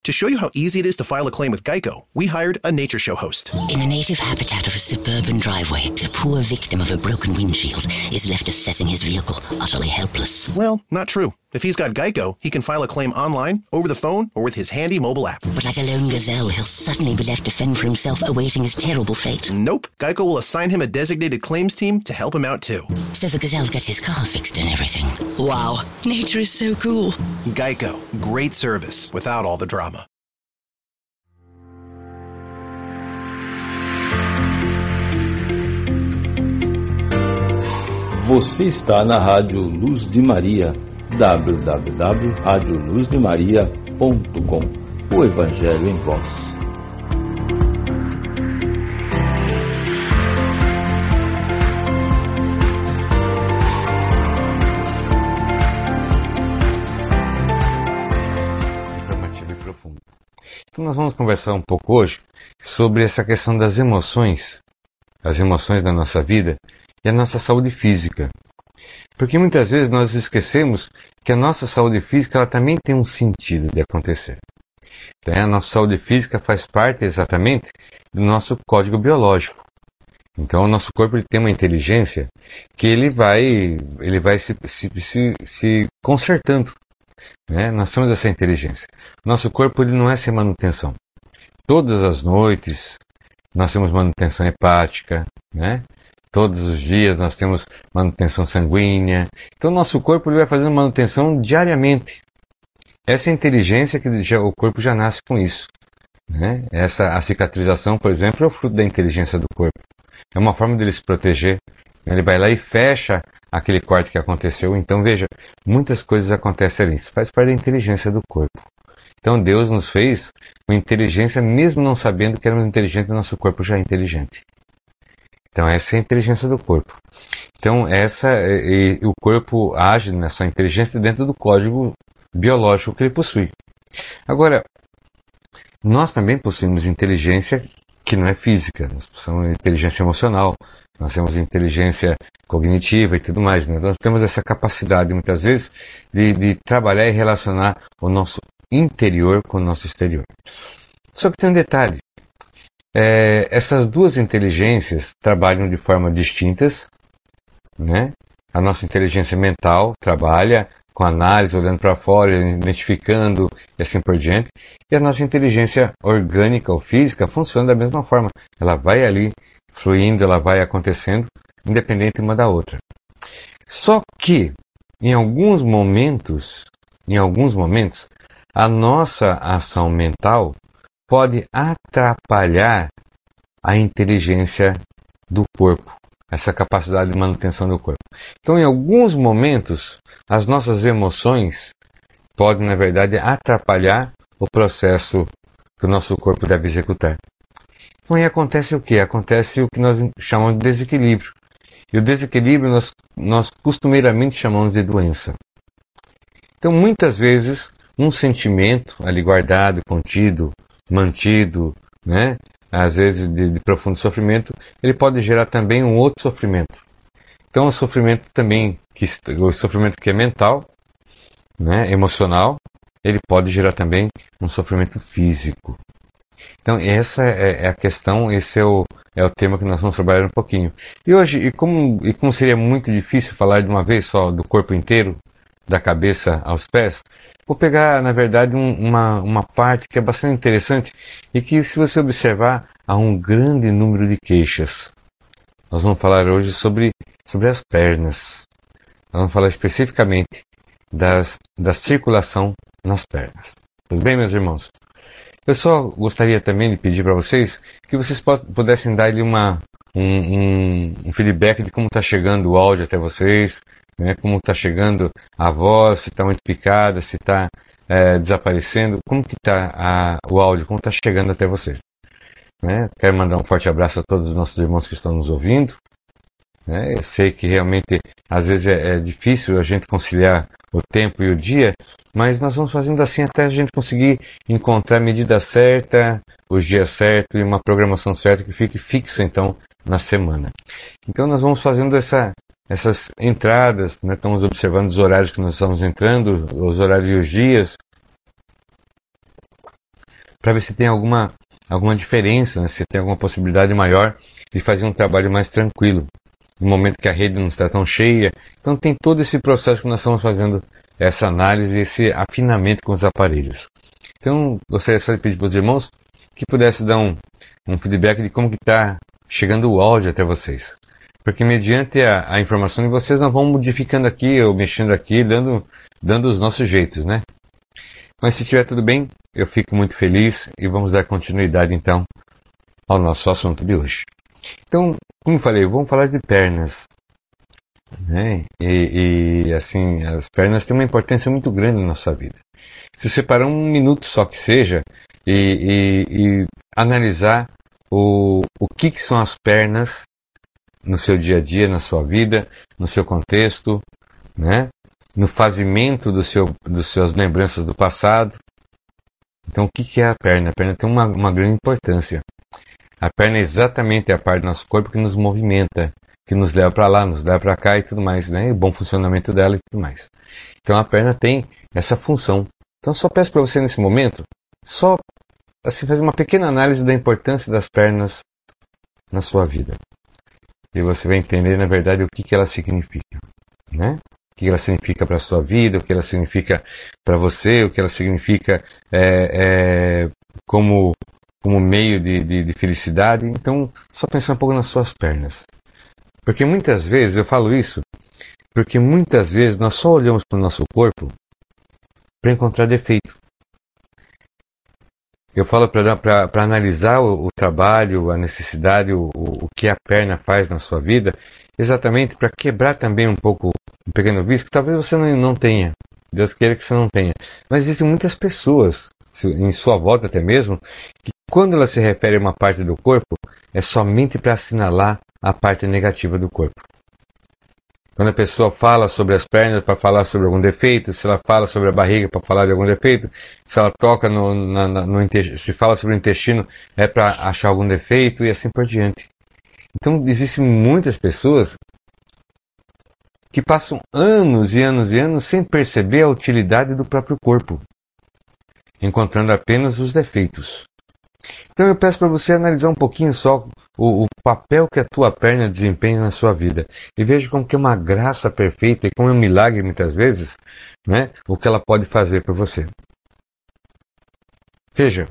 To show you how easy it is to file a claim with Geico, we hired a nature show host. In the native habitat of a suburban driveway, the poor victim of a broken windshield is left assessing his vehicle, utterly helpless. Well, not true. If he's got Geico, he can file a claim online, over the phone, or with his handy mobile app. But like a lone gazelle, he'll suddenly be left to fend for himself, awaiting his terrible fate. Nope. Geico will assign him a designated claims team to help him out too. So the gazelle gets his car fixed and everything. Wow, nature is so cool. Geico. Great service without all the drama. Você está na Rádio Luz de Maria, www.radioluzdemaria.com. O Evangelho em Voz. Informativo e profundo. Então nós vamos conversar um pouco hoje sobre essa questão das emoções, as emoções da nossa vida e a nossa saúde física. Porque muitas vezes nós esquecemos que a nossa saúde física ela também tem um sentido de acontecer. A nossa saúde física faz parte exatamente do nosso código biológico. Então o nosso corpo ele tem uma inteligência que ele vai se consertando. Né? Nós temos essa inteligência. Nosso corpo ele não é sem manutenção. Todas as noites nós temos manutenção hepática, né? Todos os dias nós temos manutenção sanguínea. Então o nosso corpo ele vai fazendo manutenção diariamente. Essa inteligência que o corpo já nasce com isso. Né? A cicatrização, por exemplo, é o fruto da inteligência do corpo. É uma forma dele se proteger. Ele vai lá e fecha aquele corte que aconteceu. Então veja, muitas coisas acontecem ali. Isso faz parte da inteligência do corpo. Então Deus nos fez com inteligência, mesmo não sabendo que éramos inteligentes, o nosso corpo já é inteligente. Então essa é a inteligência do corpo. Então o corpo age nessa inteligência dentro do código biológico que ele possui. Agora, nós também possuímos inteligência que não é física. Nós possuímos inteligência emocional, nós temos inteligência cognitiva e tudo mais. Né? Nós temos essa capacidade, muitas vezes, de trabalhar e relacionar o nosso interior com o nosso exterior. Só que tem um detalhe. Essas duas inteligências trabalham de forma distintas, né? A nossa inteligência mental trabalha com análise, olhando para fora, identificando e assim por diante. E a nossa inteligência orgânica ou física funciona da mesma forma. Ela vai ali fluindo, ela vai acontecendo, independente uma da outra. Só que, em alguns momentos, a nossa ação mental pode atrapalhar a inteligência do corpo, essa capacidade de manutenção do corpo. Então, em alguns momentos, as nossas emoções podem, na verdade, atrapalhar o processo que o nosso corpo deve executar. Então, aí acontece o quê? Acontece o que nós chamamos de desequilíbrio. E o desequilíbrio nós costumeiramente chamamos de doença. Então, muitas vezes, um sentimento ali guardado, contido, mantido, né? Às vezes de profundo sofrimento, ele pode gerar também um outro sofrimento. Então o sofrimento que é mental, né? Emocional, ele pode gerar também um sofrimento físico. Então essa é a questão, esse é o tema que nós vamos trabalhar um pouquinho. E hoje, como seria muito difícil falar de uma vez só do corpo inteiro, da cabeça aos pés, vou pegar, na verdade, uma parte que é bastante interessante e que, se você observar, há um grande número de queixas. Nós vamos falar hoje sobre as pernas. Nós vamos falar especificamente da circulação nas pernas. Tudo bem, meus irmãos? Eu só gostaria também de pedir para vocês que vocês pudessem dar ali um feedback de como está chegando o áudio até vocês, né, como está chegando a voz, se está muito picada, se está desaparecendo, como que está o áudio, como está chegando até você. Né? Quero mandar um forte abraço a todos os nossos irmãos que estão nos ouvindo. Né? Eu sei que realmente às vezes é difícil a gente conciliar o tempo e o dia, mas nós vamos fazendo assim até a gente conseguir encontrar a medida certa, os dias certos e uma programação certa que fique fixa então na semana. Então nós vamos fazendo essas entradas, né? Estamos observando os horários que nós estamos entrando, os horários e os dias. para ver se tem alguma diferença, né? Se tem alguma possibilidade maior de fazer um trabalho mais tranquilo, no momento que a rede não está tão cheia. Então tem todo esse processo que nós estamos fazendo, essa análise, esse afinamento com os aparelhos. Então, gostaria só de pedir para os irmãos que pudesse dar um feedback de como que está chegando o áudio até vocês. Porque mediante a informação de vocês, nós vamos modificando aqui, ou mexendo aqui, dando os nossos jeitos, né? Mas se estiver tudo bem, eu fico muito feliz e vamos dar continuidade então ao nosso assunto de hoje. Então, como eu falei, vamos falar de pernas, né? E assim, as pernas têm uma importância muito grande na nossa vida. Se separar um minuto só que seja e analisar o que são as pernas no seu dia a dia, na sua vida, no seu contexto, né? No fazimento das suas lembranças do passado. Então, o que é a perna? A perna tem uma grande importância. A perna é exatamente a parte do nosso corpo que nos movimenta, que nos leva para lá, nos leva para cá e tudo mais, né? E o bom funcionamento dela e tudo mais. Então, a perna tem essa função. Então, só peço para você nesse momento, só assim, fazer uma pequena análise da importância das pernas na sua vida. E você vai entender, na verdade, o que ela significa, né? O que ela significa para a sua vida, o que ela significa para você, o que ela significa como meio de felicidade. Então, só pensar um pouco nas suas pernas. Porque muitas vezes, eu falo isso, porque muitas vezes nós só olhamos para o nosso corpo para encontrar defeito. Eu falo para analisar o trabalho, a necessidade, o que a perna faz na sua vida, exatamente para quebrar também um pouco um pequeno vício que talvez você não tenha. Deus queira que você não tenha. Mas existem muitas pessoas, em sua volta até mesmo, que quando ela se refere a uma parte do corpo, é somente para assinalar a parte negativa do corpo. Quando a pessoa fala sobre as pernas para falar sobre algum defeito, se ela fala sobre a barriga para falar de algum defeito, se ela toca se fala sobre o intestino é para achar algum defeito e assim por diante. Então existem muitas pessoas que passam anos e anos e anos sem perceber a utilidade do próprio corpo, encontrando apenas os defeitos. Então eu peço para você analisar um pouquinho só o papel que a tua perna desempenha na sua vida. E veja como que é uma graça perfeita e como é um milagre muitas vezes, né, o que ela pode fazer por você. Veja,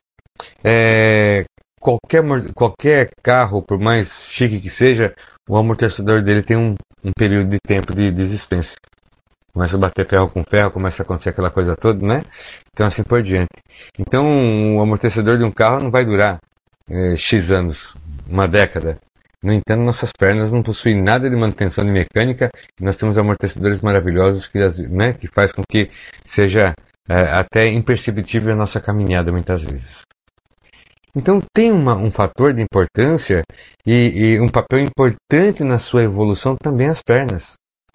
qualquer carro, por mais chique que seja, o amortecedor dele tem um período de tempo de existência. Começa a bater ferro com ferro, começa a acontecer aquela coisa toda, né? Então assim por diante. Então o amortecedor de um carro não vai durar X anos, uma década. No entanto, nossas pernas não possuem nada de manutenção de mecânica e nós temos amortecedores maravilhosos que faz com que seja até imperceptível a nossa caminhada muitas vezes. Então tem um fator de importância e um papel importante na sua evolução também as pernas.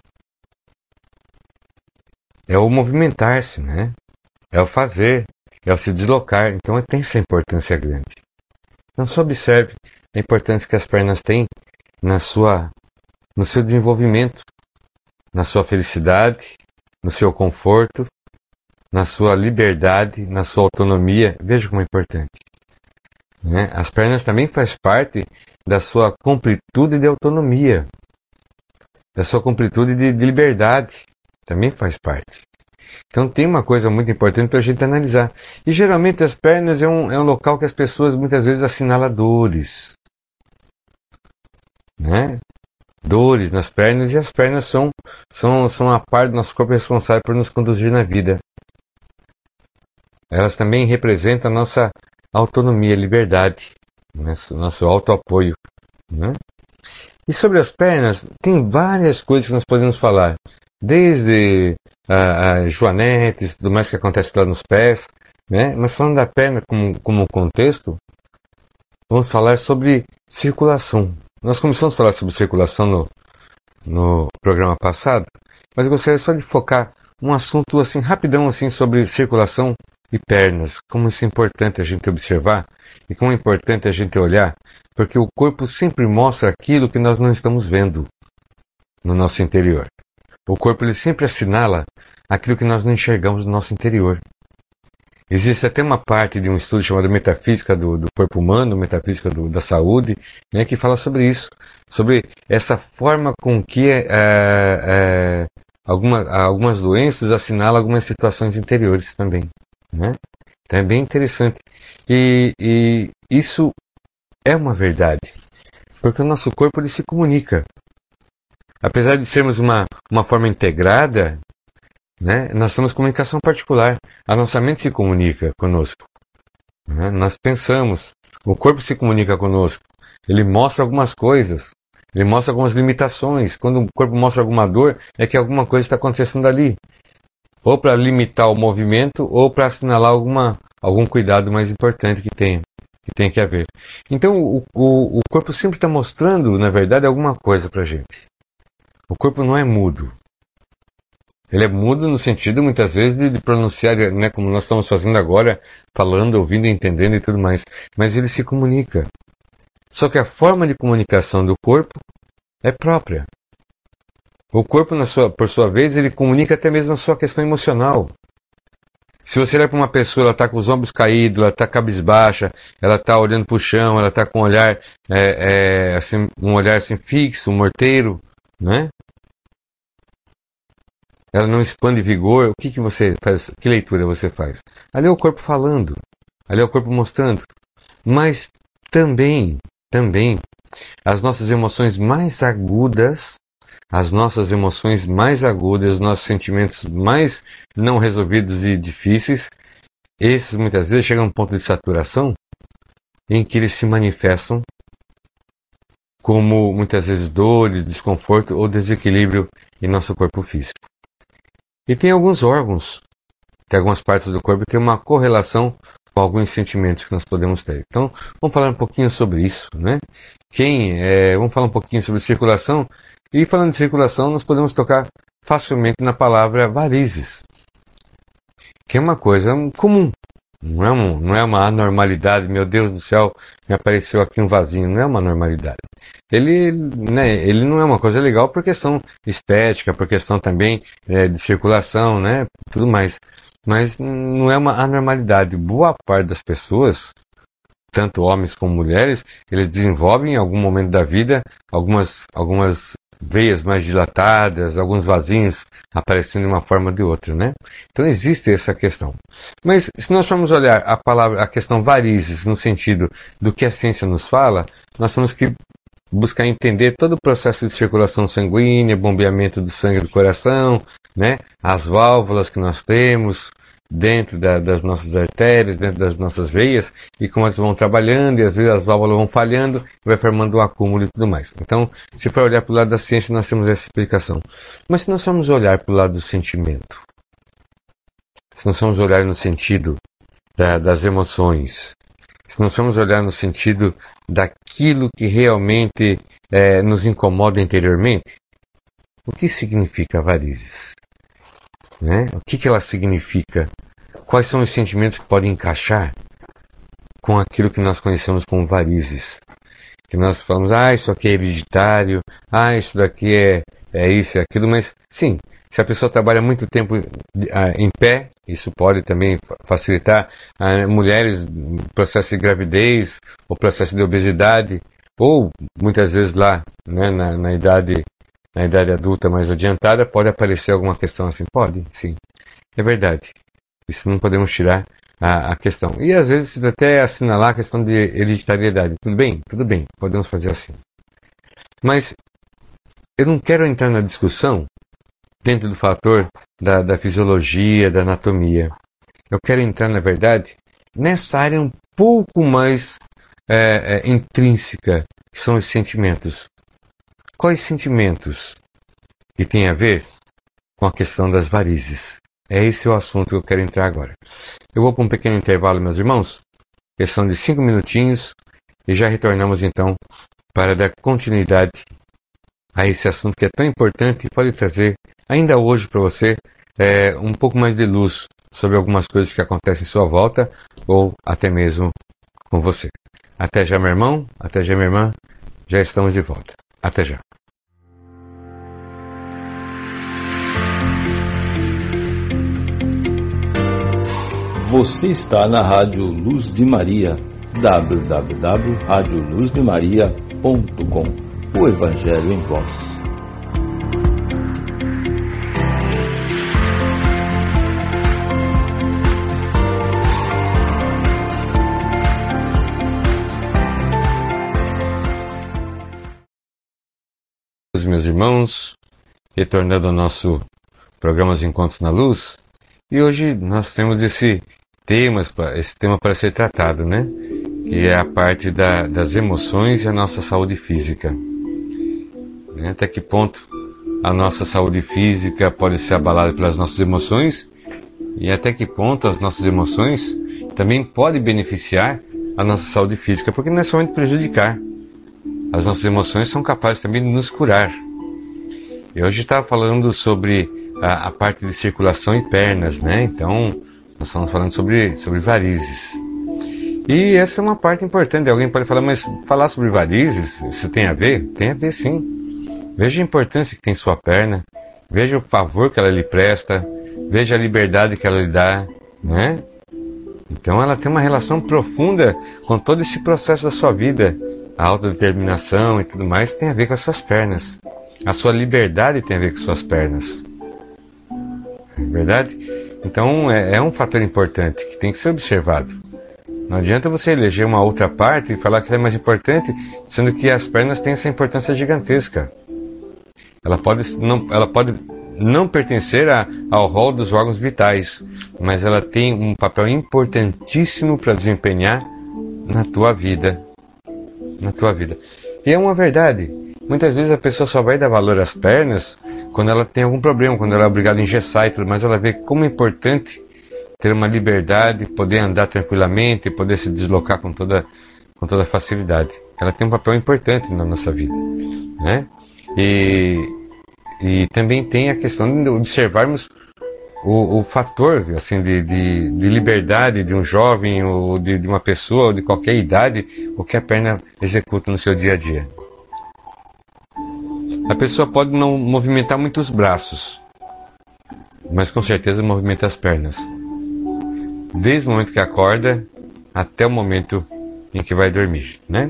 É o movimentar-se, né? É o fazer, é o se deslocar. Então tem essa importância grande. Então só observe a importância que as pernas têm no seu desenvolvimento, na sua felicidade, no seu conforto, na sua liberdade, na sua autonomia. Veja como é importante. Né? As pernas também fazem parte da sua completude de autonomia, da sua completude de liberdade. Também faz parte. Então tem uma coisa muito importante para a gente analisar. E geralmente as pernas é um local que as pessoas muitas vezes assinalam dores. Né? Dores nas pernas, e as pernas são a parte do nosso corpo responsável por nos conduzir na vida. Elas também representam a nossa autonomia, liberdade, nosso autoapoio. Né? E sobre as pernas, tem várias coisas que nós podemos falar. Desde joanetes, tudo mais que acontece lá nos pés, né? Mas falando da perna como contexto, vamos falar sobre circulação. Nós começamos a falar sobre circulação no programa passado, mas eu gostaria só de focar um assunto assim rapidão assim sobre circulação e pernas, como isso é importante a gente observar e como é importante a gente olhar, porque o corpo sempre mostra aquilo que nós não estamos vendo no nosso interior. O corpo ele sempre assinala aquilo que nós não enxergamos no nosso interior. Existe até uma parte de um estudo chamado Metafísica do Corpo Humano, Metafísica da Saúde, né, que fala sobre isso, sobre essa forma com que algumas doenças assinalam algumas situações interiores também, né? Então é bem interessante. E isso é uma verdade, porque o nosso corpo ele se comunica. Apesar de sermos uma forma integrada, né, nós temos comunicação particular. A nossa mente se comunica conosco, né? Nós pensamos, o corpo se comunica conosco. Ele mostra algumas coisas, ele mostra algumas limitações. Quando o corpo mostra alguma dor, é que alguma coisa está acontecendo ali. Ou para limitar o movimento, ou para assinalar algum cuidado mais importante que tem que haver. Então o corpo sempre está mostrando, na verdade, alguma coisa para a gente. O corpo não é mudo. Ele é mudo no sentido, muitas vezes, de pronunciar, né, como nós estamos fazendo agora, falando, ouvindo, entendendo e tudo mais. Mas ele se comunica. Só que a forma de comunicação do corpo é própria. O corpo, por sua vez, ele comunica até mesmo a sua questão emocional. Se você olhar para uma pessoa, ela está com os ombros caídos, ela está cabisbaixa, ela está olhando para o chão, ela está com um olhar, um olhar assim, fixo, morteiro, né? Ela não expande vigor. O que você faz? Que leitura você faz? Ali é o corpo falando, ali é o corpo mostrando. Mas também, as nossas emoções mais agudas, os nossos sentimentos mais não resolvidos e difíceis, esses muitas vezes chegam a um ponto de saturação em que eles se manifestam como muitas vezes dores, desconforto ou desequilíbrio em nosso corpo físico. E tem alguns órgãos, tem algumas partes do corpo que tem uma correlação com alguns sentimentos que nós podemos ter. Então, vamos falar um pouquinho sobre isso, né? Vamos falar um pouquinho sobre circulação. E falando de circulação, nós podemos tocar facilmente na palavra varizes, que é uma coisa comum. Não é uma anormalidade. Meu Deus do céu, me apareceu aqui um vasinho. Não é uma normalidade. Ele não é uma coisa legal por questão estética, por questão também de circulação, né? Tudo mais. Mas não é uma anormalidade. Boa parte das pessoas, tanto homens como mulheres, eles desenvolvem em algum momento da vida algumas veias mais dilatadas, alguns vasinhos aparecendo de uma forma ou de outra, né? Então existe essa questão. Mas se nós formos olhar a questão varizes no sentido do que a ciência nos fala, nós temos que buscar entender todo o processo de circulação sanguínea, bombeamento do sangue do coração, né? As válvulas que nós temos dentro das nossas artérias, dentro das nossas veias, e como elas vão trabalhando, e às vezes as válvulas vão falhando, e vai formando um acúmulo e tudo mais. Então, se for olhar para o lado da ciência, nós temos essa explicação. Mas se nós formos olhar para o lado do sentimento, se nós formos olhar no sentido das emoções, se nós formos olhar no sentido daquilo que realmente nos incomoda interiormente, o que significa varizes? Né? O que ela significa? Quais são os sentimentos que podem encaixar com aquilo que nós conhecemos como varizes? Que nós falamos, isso aqui é hereditário, isso daqui é isso e aquilo, mas sim, se a pessoa trabalha muito tempo em pé, isso pode também facilitar mulheres no processo de gravidez, ou processo de obesidade, ou muitas vezes lá, né, na idade adulta mais adiantada, pode aparecer alguma questão assim? Pode, sim. É verdade. Isso não podemos tirar a questão. E às vezes até assinalar a questão de hereditariedade. Tudo bem, podemos fazer assim. Mas eu não quero entrar na discussão dentro do fator da fisiologia, da anatomia. Eu quero entrar, na verdade, nessa área um pouco mais intrínseca, que são os sentimentos. Quais sentimentos que tem a ver com a questão das varizes? É esse o assunto que eu quero entrar agora. Eu vou para um pequeno intervalo, meus irmãos, questão de 5 minutinhos, e já retornamos então para dar continuidade a esse assunto que é tão importante e pode trazer ainda hoje para você um pouco mais de luz sobre algumas coisas que acontecem em sua volta ou até mesmo com você. Até já, meu irmão, até já, minha irmã, já estamos de volta. Até já. Você está na Rádio Luz de Maria, www.radioluzdemaria.com. O Evangelho em Voz. Meus irmãos, retornando ao nosso programa Os Encontros na Luz, e hoje nós temos esse tema para ser tratado, né? Que é a parte das emoções e a nossa saúde física. Até que ponto a nossa saúde física pode ser abalada pelas nossas emoções e até que ponto as nossas emoções também podem beneficiar a nossa saúde física, porque não é somente prejudicar. As nossas emoções são capazes também de nos curar. Eu hoje estava falando sobre a parte de circulação e pernas, né? Então, nós estamos falando sobre varizes. E essa é uma parte importante. Alguém pode falar, mas falar sobre varizes, isso tem a ver? Tem a ver, sim. Veja a importância que tem sua perna, veja o favor que ela lhe presta, veja a liberdade que ela lhe dá, né? Então, ela tem uma relação profunda com todo esse processo da sua vida. A autodeterminação e tudo mais tem a ver com as suas pernas. A sua liberdade tem a ver com suas pernas. É verdade? Então é um fator importante que tem que ser observado. Não adianta você eleger uma outra parte e falar que ela é mais importante, sendo que as pernas têm essa importância gigantesca. Ela pode não pertencer ao rol dos órgãos vitais, mas ela tem um papel importantíssimo para desempenhar na tua vida. E é uma verdade. Muitas vezes a pessoa só vai dar valor às pernas quando ela tem algum problema, quando ela é obrigada a engessar e tudo mais. Ela vê como é importante ter uma liberdade, poder andar tranquilamente, poder se deslocar com toda facilidade. Ela tem um papel importante na nossa vida, né? E também tem a questão de observarmos o fator assim, de liberdade de um jovem ou de uma pessoa ou de qualquer idade, o que a perna executa no seu dia a dia. A pessoa pode não movimentar muito os braços, mas com certeza movimenta as pernas. Desde o momento que acorda até o momento em que vai dormir, né?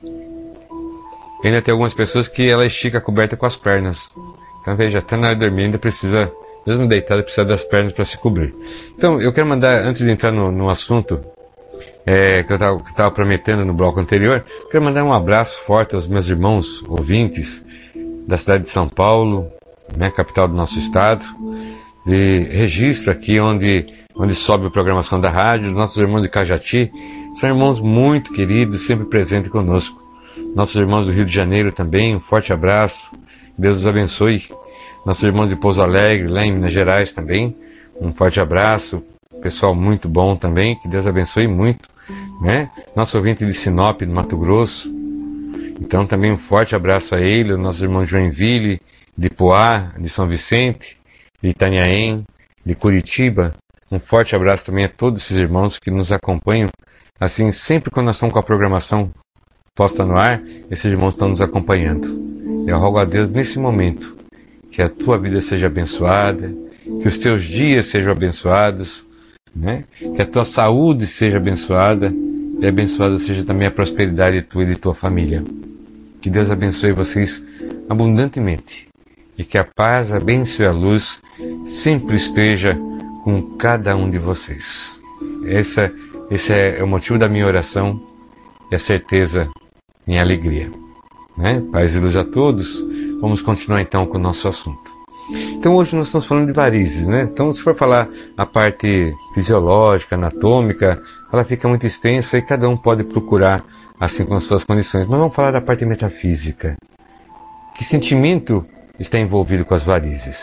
E ainda tem algumas pessoas que ela estica a coberta com as pernas. Então veja, até na hora de dormir ainda precisa, mesmo deitada, precisa das pernas para se cobrir. Então eu quero mandar, antes de entrar no assunto que eu estava prometendo no bloco anterior, quero mandar um abraço forte aos meus irmãos ouvintes da cidade de São Paulo, né, capital do nosso estado, e registro aqui onde sobe a programação da rádio. Os nossos irmãos de Cajati são irmãos muito queridos, sempre presentes conosco. Nossos irmãos do Rio de Janeiro também, um forte abraço, Deus os abençoe. Nossos irmãos de Pouso Alegre, lá em Minas Gerais também, um forte abraço, pessoal muito bom também, que Deus abençoe muito, né? Nosso ouvinte de Sinop, do Mato Grosso, então também um forte abraço a ele, nossos irmãos de Joinville, de Poá, de São Vicente, de Itanhaém, de Curitiba. Um forte abraço também a todos esses irmãos que nos acompanham. Assim, sempre quando nós estamos com a programação posta no ar, esses irmãos estão nos acompanhando. Eu rogo a Deus nesse momento que a tua vida seja abençoada, que os teus dias sejam abençoados, né? Que a tua saúde seja abençoada e abençoada seja também a prosperidade tua e de tua família. Que Deus abençoe vocês abundantemente e que a paz, a bênção e a luz sempre esteja com cada um de vocês. Esse é o motivo da minha oração e a certeza em alegria, né? Paz e luz a todos. Vamos continuar então com o nosso assunto. Então hoje nós estamos falando de varizes, né? Então se for falar a parte fisiológica, anatômica, ela fica muito extensa e cada um pode procurar assim com as suas condições. Mas vamos falar da parte metafísica. Que sentimento está envolvido com as varizes?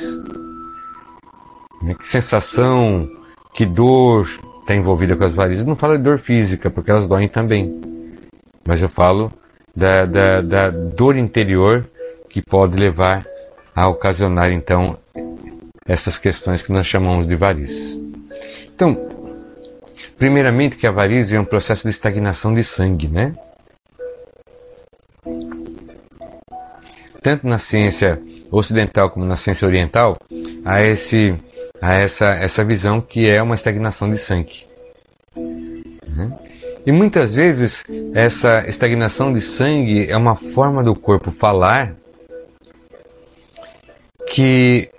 Que sensação, que dor está envolvida com as varizes? Eu não falo de dor física, porque elas doem também. Mas eu falo da dor interior que pode levar a ocasionar, então, essas questões que nós chamamos de varizes. Então, primeiramente que a varize é um processo de estagnação de sangue, né? Tanto na ciência ocidental como na ciência oriental, há essa visão que é uma estagnação de sangue. E muitas vezes essa estagnação de sangue é uma forma do corpo falar que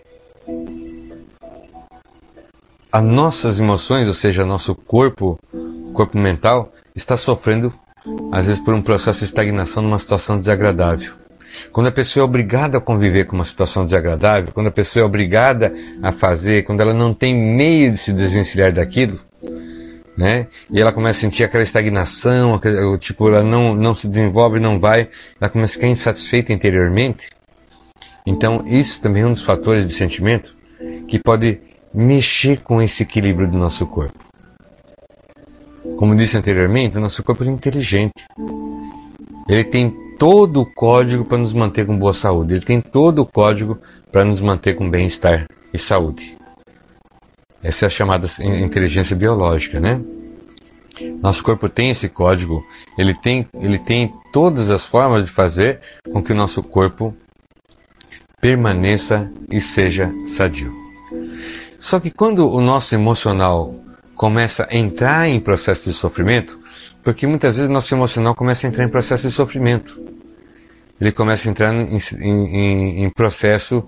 as nossas emoções, ou seja, nosso corpo mental, está sofrendo, às vezes, por um processo de estagnação numa situação desagradável. Quando a pessoa é obrigada a conviver com uma situação desagradável, quando a pessoa é obrigada a fazer, quando ela não tem meio de se desvencilhar daquilo, né? E ela começa a sentir aquela estagnação, tipo, ela não se desenvolve, não vai, ela começa a ficar insatisfeita interiormente. Então, isso também é um dos fatores de sentimento que pode mexer com esse equilíbrio do nosso corpo. Como disse anteriormente, o nosso corpo é inteligente. Ele tem todo o código para nos manter com boa saúde. Ele tem todo o código para nos manter com bem-estar e saúde. Essa é a chamada inteligência biológica, né? Nosso corpo tem esse código. Ele tem todas as formas de fazer com que o nosso corpo permaneça e seja sadio. Só que quando o nosso emocional começa a entrar em processo de sofrimento, porque muitas vezes o nosso emocional começa a entrar em processo de sofrimento. Ele começa a entrar em processo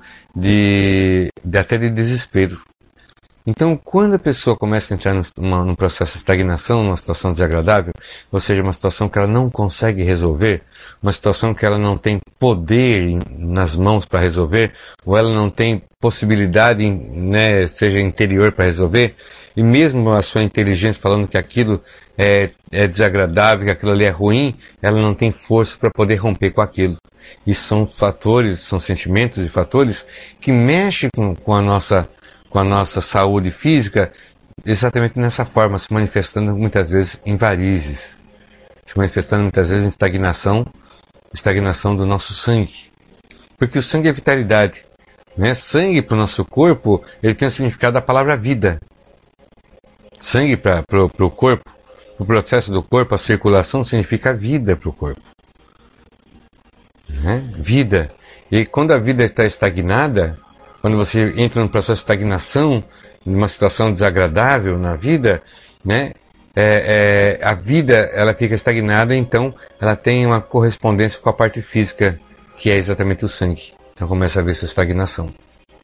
até de desespero. Então, quando a pessoa começa a entrar num processo de estagnação, numa situação desagradável, ou seja, uma situação que ela não consegue resolver, uma situação que ela não tem poder nas mãos para resolver, ou ela não tem possibilidade, né, seja interior para resolver, e mesmo a sua inteligência falando que aquilo é desagradável, que aquilo ali é ruim, ela não tem força para poder romper com aquilo. E são fatores, são sentimentos e fatores que mexem com a nossa saúde física exatamente nessa forma, se manifestando muitas vezes em varizes, se manifestando muitas vezes em estagnação do nosso sangue. Porque o sangue é vitalidade, né? Sangue para o nosso corpo, ele tem o significado da palavra vida. Sangue para o corpo, o processo do corpo, a circulação significa vida para o corpo. Né? Vida. E quando a vida está estagnada, quando você entra num processo de estagnação, numa situação desagradável na vida, né? A vida ela fica estagnada, então ela tem uma correspondência com a parte física, que é exatamente o sangue. Então começa a haver essa estagnação.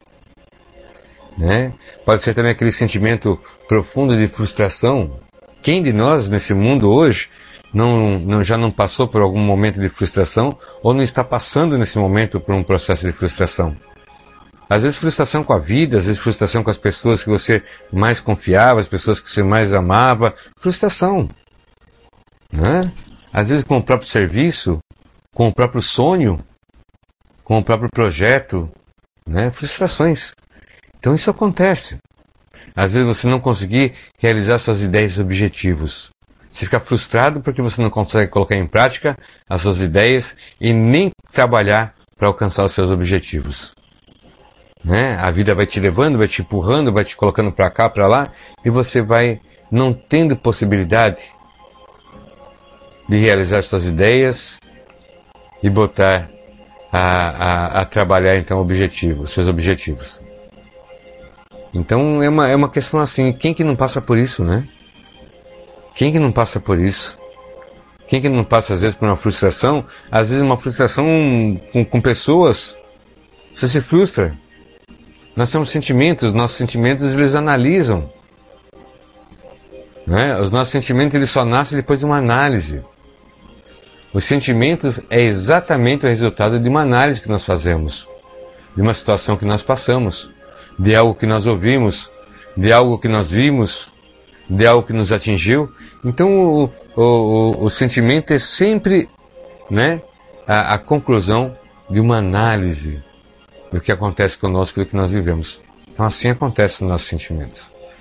Né? Pode ser também aquele sentimento profundo de frustração. Quem de nós nesse mundo hoje já não passou por algum momento de frustração ou não está passando nesse momento por um processo de frustração? Às vezes frustração com a vida, às vezes frustração com as pessoas que você mais confiava, as pessoas que você mais amava. Frustração. Né? Às vezes com o próprio serviço, com o próprio sonho, com o próprio projeto. Né? Frustrações. Então isso acontece. Às vezes você não conseguir realizar suas ideias e objetivos. Você fica frustrado porque você não consegue colocar em prática as suas ideias e nem trabalhar para alcançar os seus objetivos. Né? A vida vai te levando, vai te empurrando, vai te colocando para cá, para lá, e você vai não tendo possibilidade de realizar suas ideias e botar a trabalhar então seus objetivos. Então é uma questão assim, quem que não passa por isso, né? Quem que não passa por isso? Quem que não passa às vezes por uma frustração? Às vezes uma frustração com pessoas, você se frustra. Nós temos sentimentos, nossos sentimentos eles analisam. Né? Os nossos sentimentos eles só nascem depois de uma análise. Os sentimentos é exatamente o resultado de uma análise que nós fazemos, de uma situação que nós passamos, de algo que nós ouvimos, de algo que nós vimos, de algo que nos atingiu. Então o sentimento é sempre, né, a conclusão de uma análise do que acontece conosco e do que nós vivemos. Então assim acontece nos nossos sentimentos.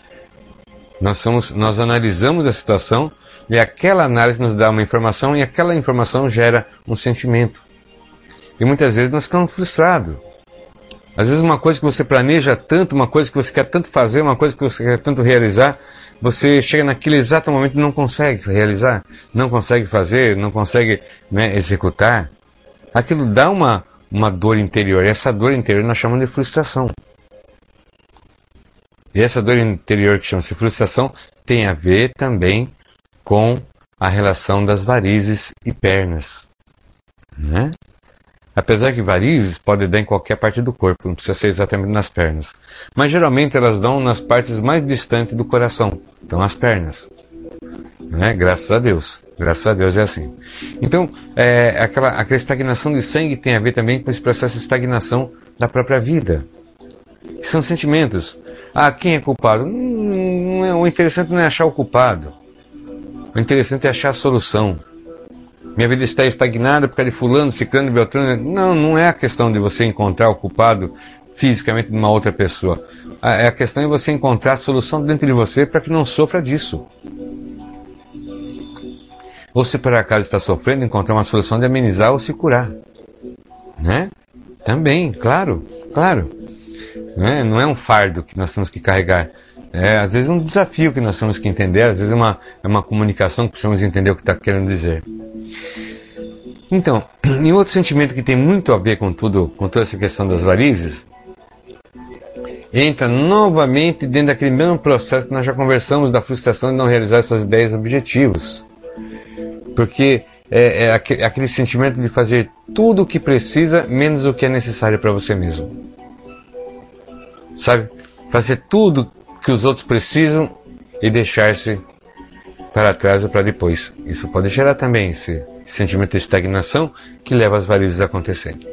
Nós analisamos a situação e aquela análise nos dá uma informação e aquela informação gera um sentimento. E muitas vezes nós ficamos frustrados. Às vezes uma coisa que você planeja tanto, uma coisa que você quer tanto fazer, uma coisa que você quer tanto realizar, você chega naquele exato momento e não consegue realizar, não consegue fazer, não consegue, né, executar. Aquilo dá uma dor interior, e essa dor interior nós chamamos de frustração. E essa dor interior que chama-se frustração tem a ver também com a relação das varizes e pernas, né? Apesar que varizes podem dar em qualquer parte do corpo, não precisa ser exatamente nas pernas. Mas geralmente elas dão nas partes mais distantes do coração, então as pernas, né? Graças a Deus é assim. Então, aquela estagnação de sangue tem a ver também com esse processo de estagnação da própria vida. São sentimentos. Quem é culpado? O interessante não é achar o culpado. O interessante é achar a solução. Minha vida está estagnada por causa de fulano, ciclano, beltrano. Não é a questão de você encontrar o culpado fisicamente de uma outra pessoa. A questão é você encontrar a solução dentro de você para que não sofra disso. Ou se por acaso está sofrendo, encontrar uma solução de amenizar ou se curar. Né? Também, claro. Né? Não é um fardo que nós temos que carregar. Às vezes é um desafio que nós temos que entender, às vezes é uma comunicação que precisamos entender o que está querendo dizer. Então, e outro sentimento que tem muito a ver com toda essa questão das varizes, entra novamente dentro daquele mesmo processo que nós já conversamos da frustração de não realizar suas ideias e objetivos. Porque é aquele sentimento de fazer tudo o que precisa, menos o que é necessário para você mesmo. Sabe? Fazer tudo que os outros precisam e deixar-se para trás ou para depois. Isso pode gerar também esse sentimento de estagnação que leva as varizes a acontecerem.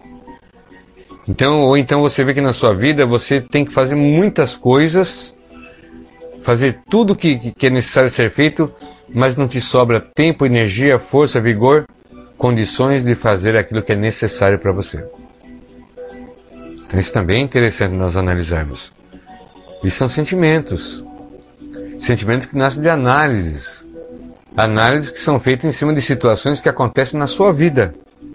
Ou então você vê que na sua vida você tem que fazer muitas coisas, fazer tudo que é necessário ser feito, mas não te sobra tempo, energia, força, vigor, condições de fazer aquilo que é necessário para você. Então isso também é interessante nós analisarmos. E são sentimentos. Sentimentos que nascem de análises. Análises que são feitas em cima de situações que acontecem na sua vida.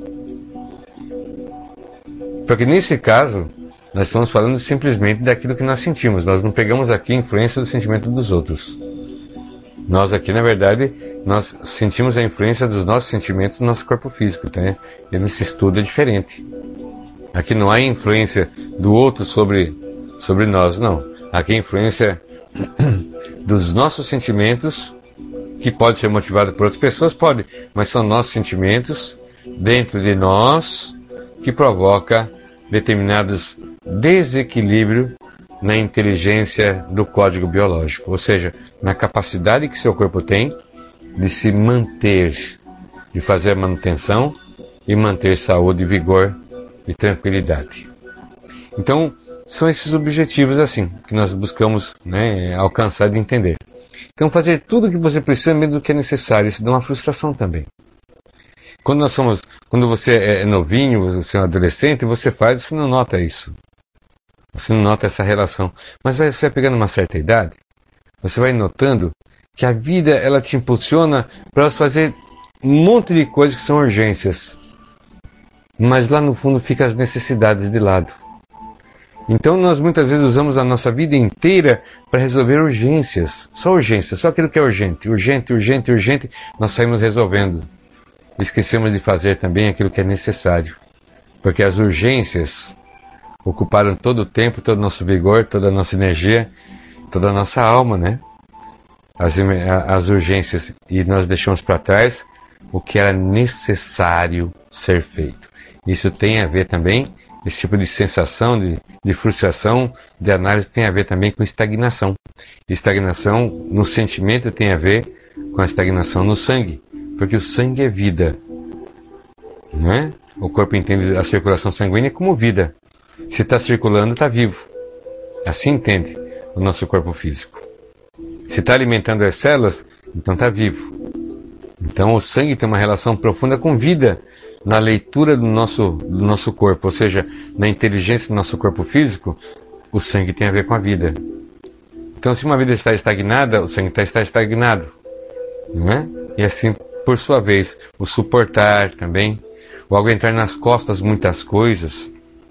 Porque nesse caso, nós estamos falando simplesmente daquilo que nós sentimos. Nós não pegamos aqui a influência do sentimento dos outros. Nós aqui, na verdade, nós sentimos a influência dos nossos sentimentos no nosso corpo físico. Tá? E nesse estudo é diferente. Aqui não há influência do outro sobre nós, não. Aqui a influência dos nossos sentimentos, que pode ser motivado por outras pessoas, pode, mas são nossos sentimentos dentro de nós que provoca determinados desequilíbrios na inteligência do código biológico, ou seja, na capacidade que seu corpo tem de se manter, de fazer a manutenção e manter saúde, vigor e tranquilidade. Então, são esses objetivos assim que nós buscamos, né, alcançar e entender. Então, fazer tudo o que você precisa, mesmo do que é necessário, isso dá uma frustração também. Quando você é novinho, você é um adolescente, você não nota isso. Você não nota essa relação. Mas você vai pegando uma certa idade, você vai notando que a vida ela te impulsiona para você fazer um monte de coisas que são urgências. Mas lá no fundo ficam as necessidades de lado. Então nós muitas vezes usamos a nossa vida inteira para resolver urgências. Só aquilo que é urgente, nós saímos resolvendo. Esquecemos de fazer também aquilo que é necessário. Porque as urgências ocuparam todo o tempo, todo o nosso vigor, toda a nossa energia, toda a nossa alma, né? As urgências, e nós deixamos para trás o que era necessário ser feito. Isso tem a ver também, esse tipo de sensação, de frustração, de análise tem a ver também com estagnação. Estagnação no sentimento tem a ver com a estagnação no sangue, porque o sangue é vida, né? O corpo entende a circulação sanguínea como vida. Se está circulando, está vivo. Assim entende o nosso corpo físico. Se está alimentando as células, então está vivo. Então o sangue tem uma relação profunda com vida na leitura do nosso corpo, ou seja, na inteligência do nosso corpo físico, o sangue tem a ver com a vida. Então se uma vida está estagnada, o sangue está estagnado. Não é? E assim, por sua vez, o suportar também, o aguentar nas costas muitas coisas.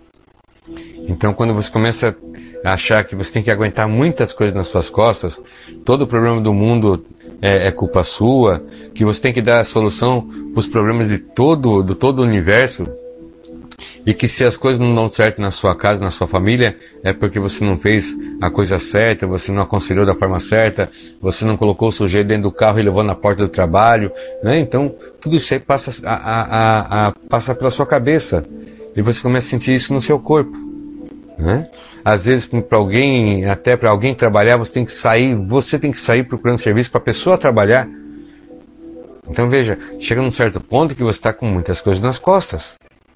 Então quando você começa a achar que você tem que aguentar muitas coisas nas suas costas, todo o problema do mundo é culpa sua, que você tem que dar a solução para os problemas do todo o universo, E que se as coisas não dão certo na sua casa, na sua família, é porque você não fez a coisa certa, você não aconselhou da forma certa, você não colocou o sujeito dentro do carro e levou na porta do trabalho, né? Então, tudo isso aí passa passa pela sua cabeça. E você começa a sentir isso no seu corpo, né? Às vezes, para alguém, até para alguém trabalhar, você tem que sair procurando serviço para a pessoa trabalhar. Então, veja, chega num certo ponto que você está com muitas coisas nas costas.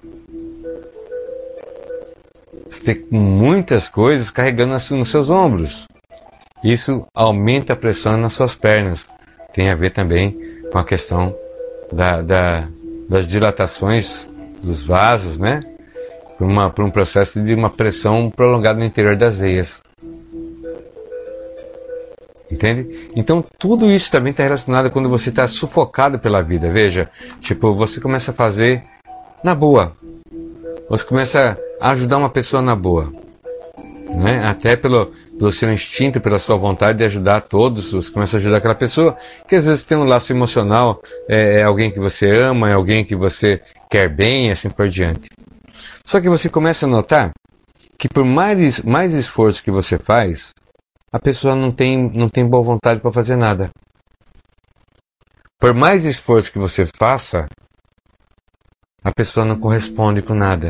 Você tem muitas coisas carregando nos seus ombros. Isso aumenta a pressão nas suas pernas. Tem a ver também com a questão das dilatações dos vasos, né? Por um processo de uma pressão prolongada no interior das veias. Entende? Então tudo isso também está relacionado quando você está sufocado pela vida. Veja, tipo, você começa a fazer na boa. Você começa a ajudar uma pessoa na boa, né? Até pelo seu instinto, pela sua vontade de ajudar todos. Você começa a ajudar aquela pessoa que às vezes tem um laço emocional, é alguém que você ama, é alguém que você quer bem, e assim por diante. Só que você começa a notar que por mais esforço que você faz, a pessoa não tem boa vontade para fazer nada. Por mais esforço que você faça, a pessoa não corresponde com nada.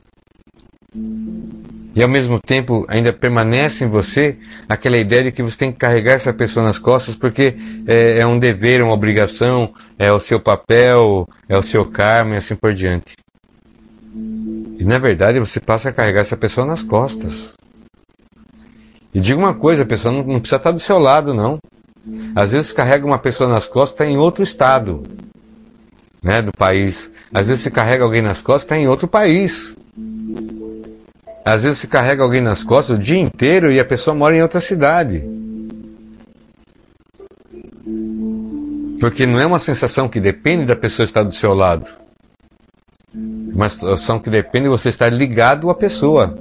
E ao mesmo tempo ainda permanece em você aquela ideia de que você tem que carregar essa pessoa nas costas porque é um dever, uma obrigação, é o seu papel, é o seu karma e assim por diante. E na verdade você passa a carregar essa pessoa nas costas. E diga uma coisa, a pessoa não precisa estar do seu lado, não. Às vezes carrega uma pessoa nas costas, está em outro estado, né, do país. Às vezes você carrega alguém nas costas, está em outro país. Às vezes você carrega alguém nas costas o dia inteiro e a pessoa mora em outra cidade. Porque não é uma sensação que depende da pessoa estar do seu lado. É uma sensação que depende de você estar ligado à pessoa.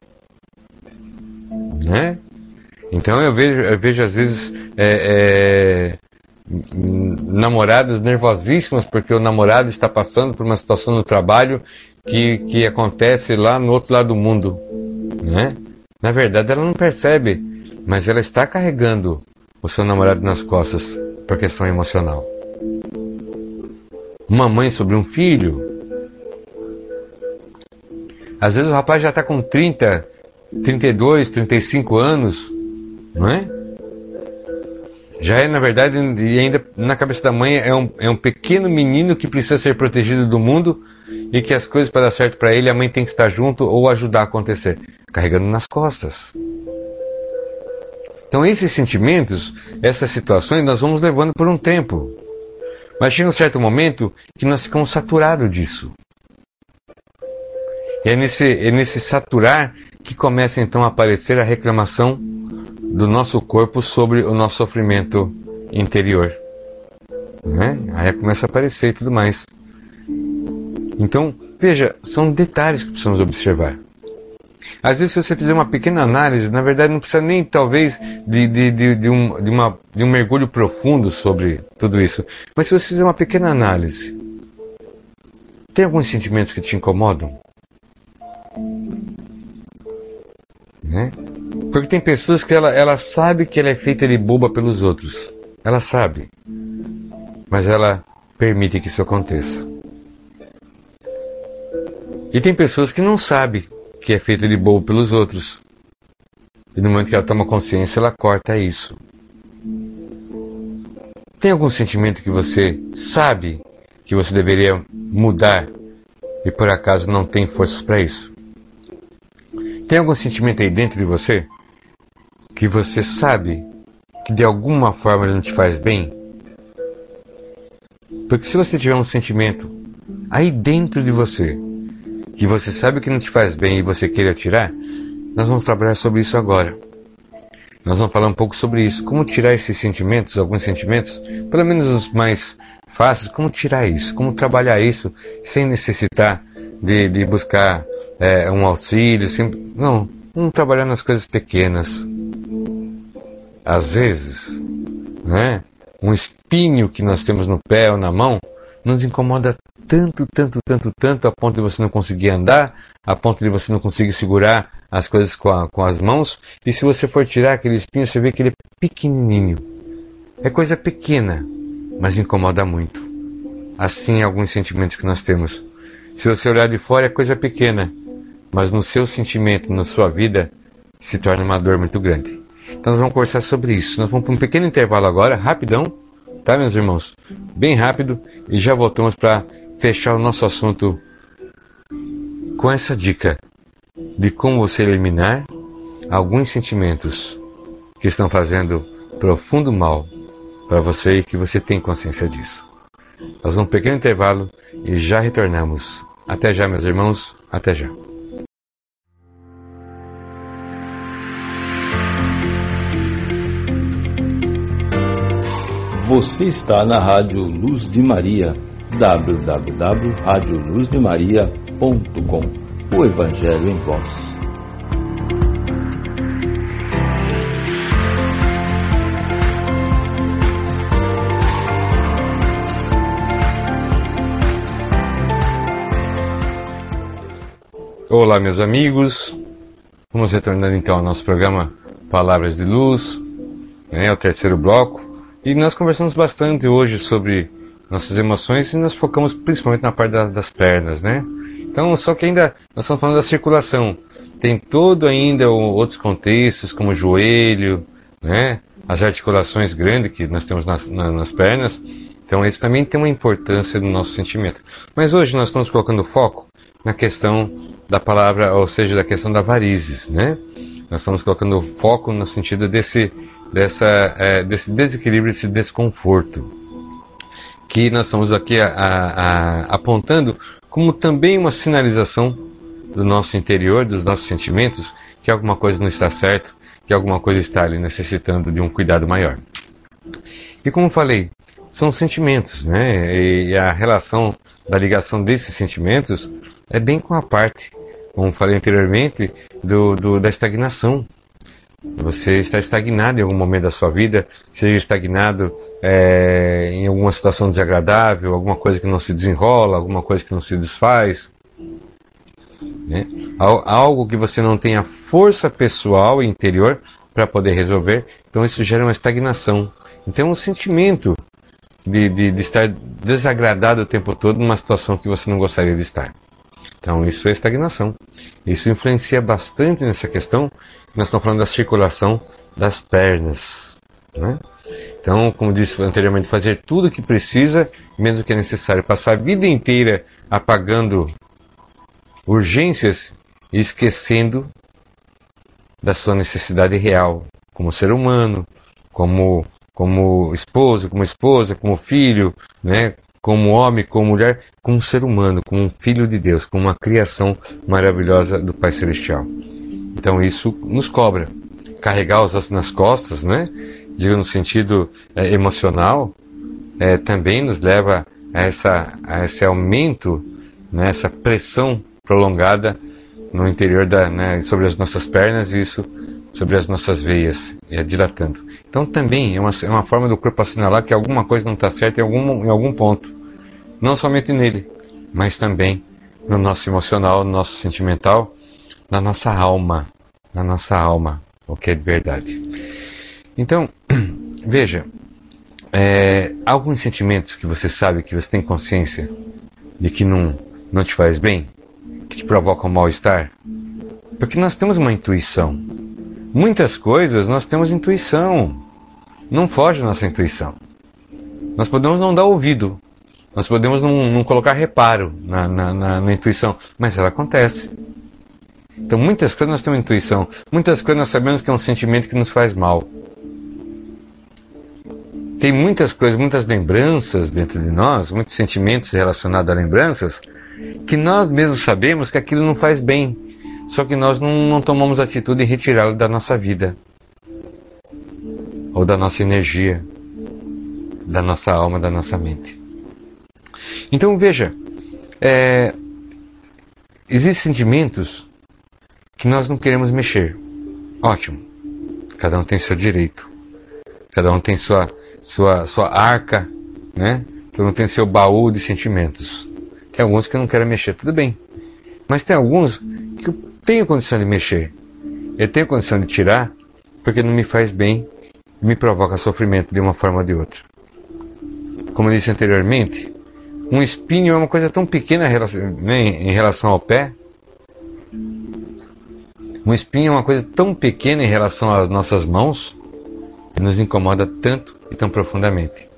Né? Então eu vejo às vezes namoradas nervosíssimas porque o namorado está passando por uma situação no trabalho que acontece lá no outro lado do mundo, né? Na verdade ela não percebe, mas ela está carregando o seu namorado nas costas por questão emocional. Uma mãe sobre um filho, às vezes o rapaz já está com 30, 32, 35 anos, não é? Já é, na verdade, e ainda na cabeça da mãe é um pequeno menino que precisa ser protegido do mundo e que as coisas para dar certo para ele, a mãe tem que estar junto ou ajudar a acontecer, carregando nas costas. Então esses sentimentos, essas situações, nós vamos levando por um tempo. Mas chega um certo momento que nós ficamos saturados disso. E é nesse saturar que começa então a aparecer a reclamação do nosso corpo sobre o nosso sofrimento interior, né? Aí começa a aparecer e tudo mais. Então, veja, são detalhes que precisamos observar. Às vezes, se você fizer uma pequena análise, na verdade não precisa nem talvez de um mergulho profundo sobre tudo isso, mas se você fizer uma pequena análise, tem alguns sentimentos que te incomodam? Né? Porque tem pessoas que ela sabe que ela é feita de boba pelos outros. Ela sabe. Mas ela permite que isso aconteça. E tem pessoas que não sabem que é feita de bobo pelos outros. E no momento que ela toma consciência, ela corta isso. Tem algum sentimento que você sabe que você deveria mudar e por acaso não tem forças para isso? Tem algum sentimento aí dentro de você que você sabe que de alguma forma ele não te faz bem? Porque se você tiver um sentimento aí dentro de você que você sabe que não te faz bem e você queira tirar, nós vamos trabalhar sobre isso agora. Nós vamos falar um pouco sobre isso. Como tirar esses sentimentos, alguns sentimentos, pelo menos os mais fáceis, como tirar isso, como trabalhar isso sem necessitar de buscar um auxílio. Não, vamos trabalhar nas coisas pequenas. Às vezes, né, um espinho que nós temos no pé ou na mão nos incomoda tanto, tanto, tanto, tanto, a ponto de você não conseguir andar, a ponto de você não conseguir segurar as coisas com as mãos, e se você for tirar aquele espinho, você vê que ele é pequenininho. É coisa pequena, mas incomoda muito. Assim, alguns sentimentos que nós temos. Se você olhar de fora, é coisa pequena, mas no seu sentimento, na sua vida, se torna uma dor muito grande. Então nós vamos conversar sobre isso. Nós vamos para um pequeno intervalo agora, rapidão, tá, meus irmãos? Bem rápido, e já voltamos para fechar o nosso assunto com essa dica de como você eliminar alguns sentimentos que estão fazendo profundo mal para você e que você tem consciência disso. Nós vamos um pequeno intervalo e já retornamos. Até já, meus irmãos. Até já. Você está na Rádio Luz de Maria, www.radioluzdemaria.com. O Evangelho em Voz. Olá, meus amigos. Vamos retornando então ao nosso programa Palavras de Luz, o terceiro bloco. E nós conversamos bastante hoje sobre nossas emoções e nós focamos principalmente na parte das pernas, né? Então, só que ainda nós estamos falando da circulação. Tem todo ainda outros contextos, como o joelho, né? As articulações grandes que nós temos nas pernas. Então, isso também tem uma importância no nosso sentimento. Mas hoje nós estamos colocando foco na questão da palavra, ou seja, da questão da varizes, né? Nós estamos colocando foco no sentido desse desequilíbrio, desse desconforto, que nós estamos aqui apontando como também uma sinalização do nosso interior, dos nossos sentimentos, que alguma coisa não está certo, que alguma coisa está ali necessitando de um cuidado maior. E como falei, são sentimentos, né? E a relação da ligação desses sentimentos é bem com a parte, como falei anteriormente, da estagnação. Você está estagnado em algum momento da sua vida, seja estagnado em alguma situação desagradável, alguma coisa que não se desenrola, alguma coisa que não se desfaz, né? Algo que você não tem a força pessoal e interior para poder resolver, então isso gera uma estagnação. Então é um sentimento de estar desagradado o tempo todo numa situação que você não gostaria de estar. Então isso é estagnação. Isso influencia bastante nessa questão. Nós estamos falando da circulação das pernas, né? Então, como disse anteriormente, fazer tudo o que precisa, mesmo que é necessário. Passar a vida inteira apagando urgências e esquecendo da sua necessidade real, como ser humano, como esposo, como esposa, como filho, né? Como homem, como mulher, como ser humano, como um filho de Deus, como uma criação maravilhosa do Pai Celestial. Então isso nos cobra. Carregar os ossos nas costas, né? Digo no sentido emocional, também nos leva a esse aumento, né? Essa pressão prolongada no interior sobre as nossas pernas e isso sobre as nossas veias, dilatando. Então também é uma forma do corpo assinalar que alguma coisa não está certa em algum ponto. Não somente nele, mas também no nosso emocional, no nosso sentimental, na nossa alma, o que é de verdade. Então, veja, alguns sentimentos que você sabe, que você tem consciência de que não te faz bem, que te provocam mal-estar, porque nós temos uma intuição. Muitas coisas nós temos intuição, não foge da nossa intuição. Nós podemos não dar ouvido, nós podemos não colocar reparo na intuição, mas ela acontece. Então muitas coisas nós temos intuição, muitas coisas nós sabemos que é um sentimento que nos faz mal. Tem muitas coisas, muitas lembranças dentro de nós, muitos sentimentos relacionados a lembranças, que nós mesmos sabemos que aquilo não faz bem, só que nós não tomamos atitude em retirá-lo da nossa vida, ou da nossa energia, da nossa alma, da nossa mente. Então veja, existem sentimentos que nós não queremos mexer. Ótimo, cada um tem seu direito, cada um tem sua arca, né? Todo mundo tem seu baú de sentimentos. Tem alguns que eu não quero mexer, tudo bem. Mas tem alguns que eu tenho condição de mexer. Eu tenho condição de tirar, porque não me faz bem e me provoca sofrimento de uma forma ou de outra. Como eu disse anteriormente, um espinho é uma coisa tão pequena em relação ao pé. Um espinho é uma coisa tão pequena em relação às nossas mãos, que nos incomoda tanto e tão profundamente.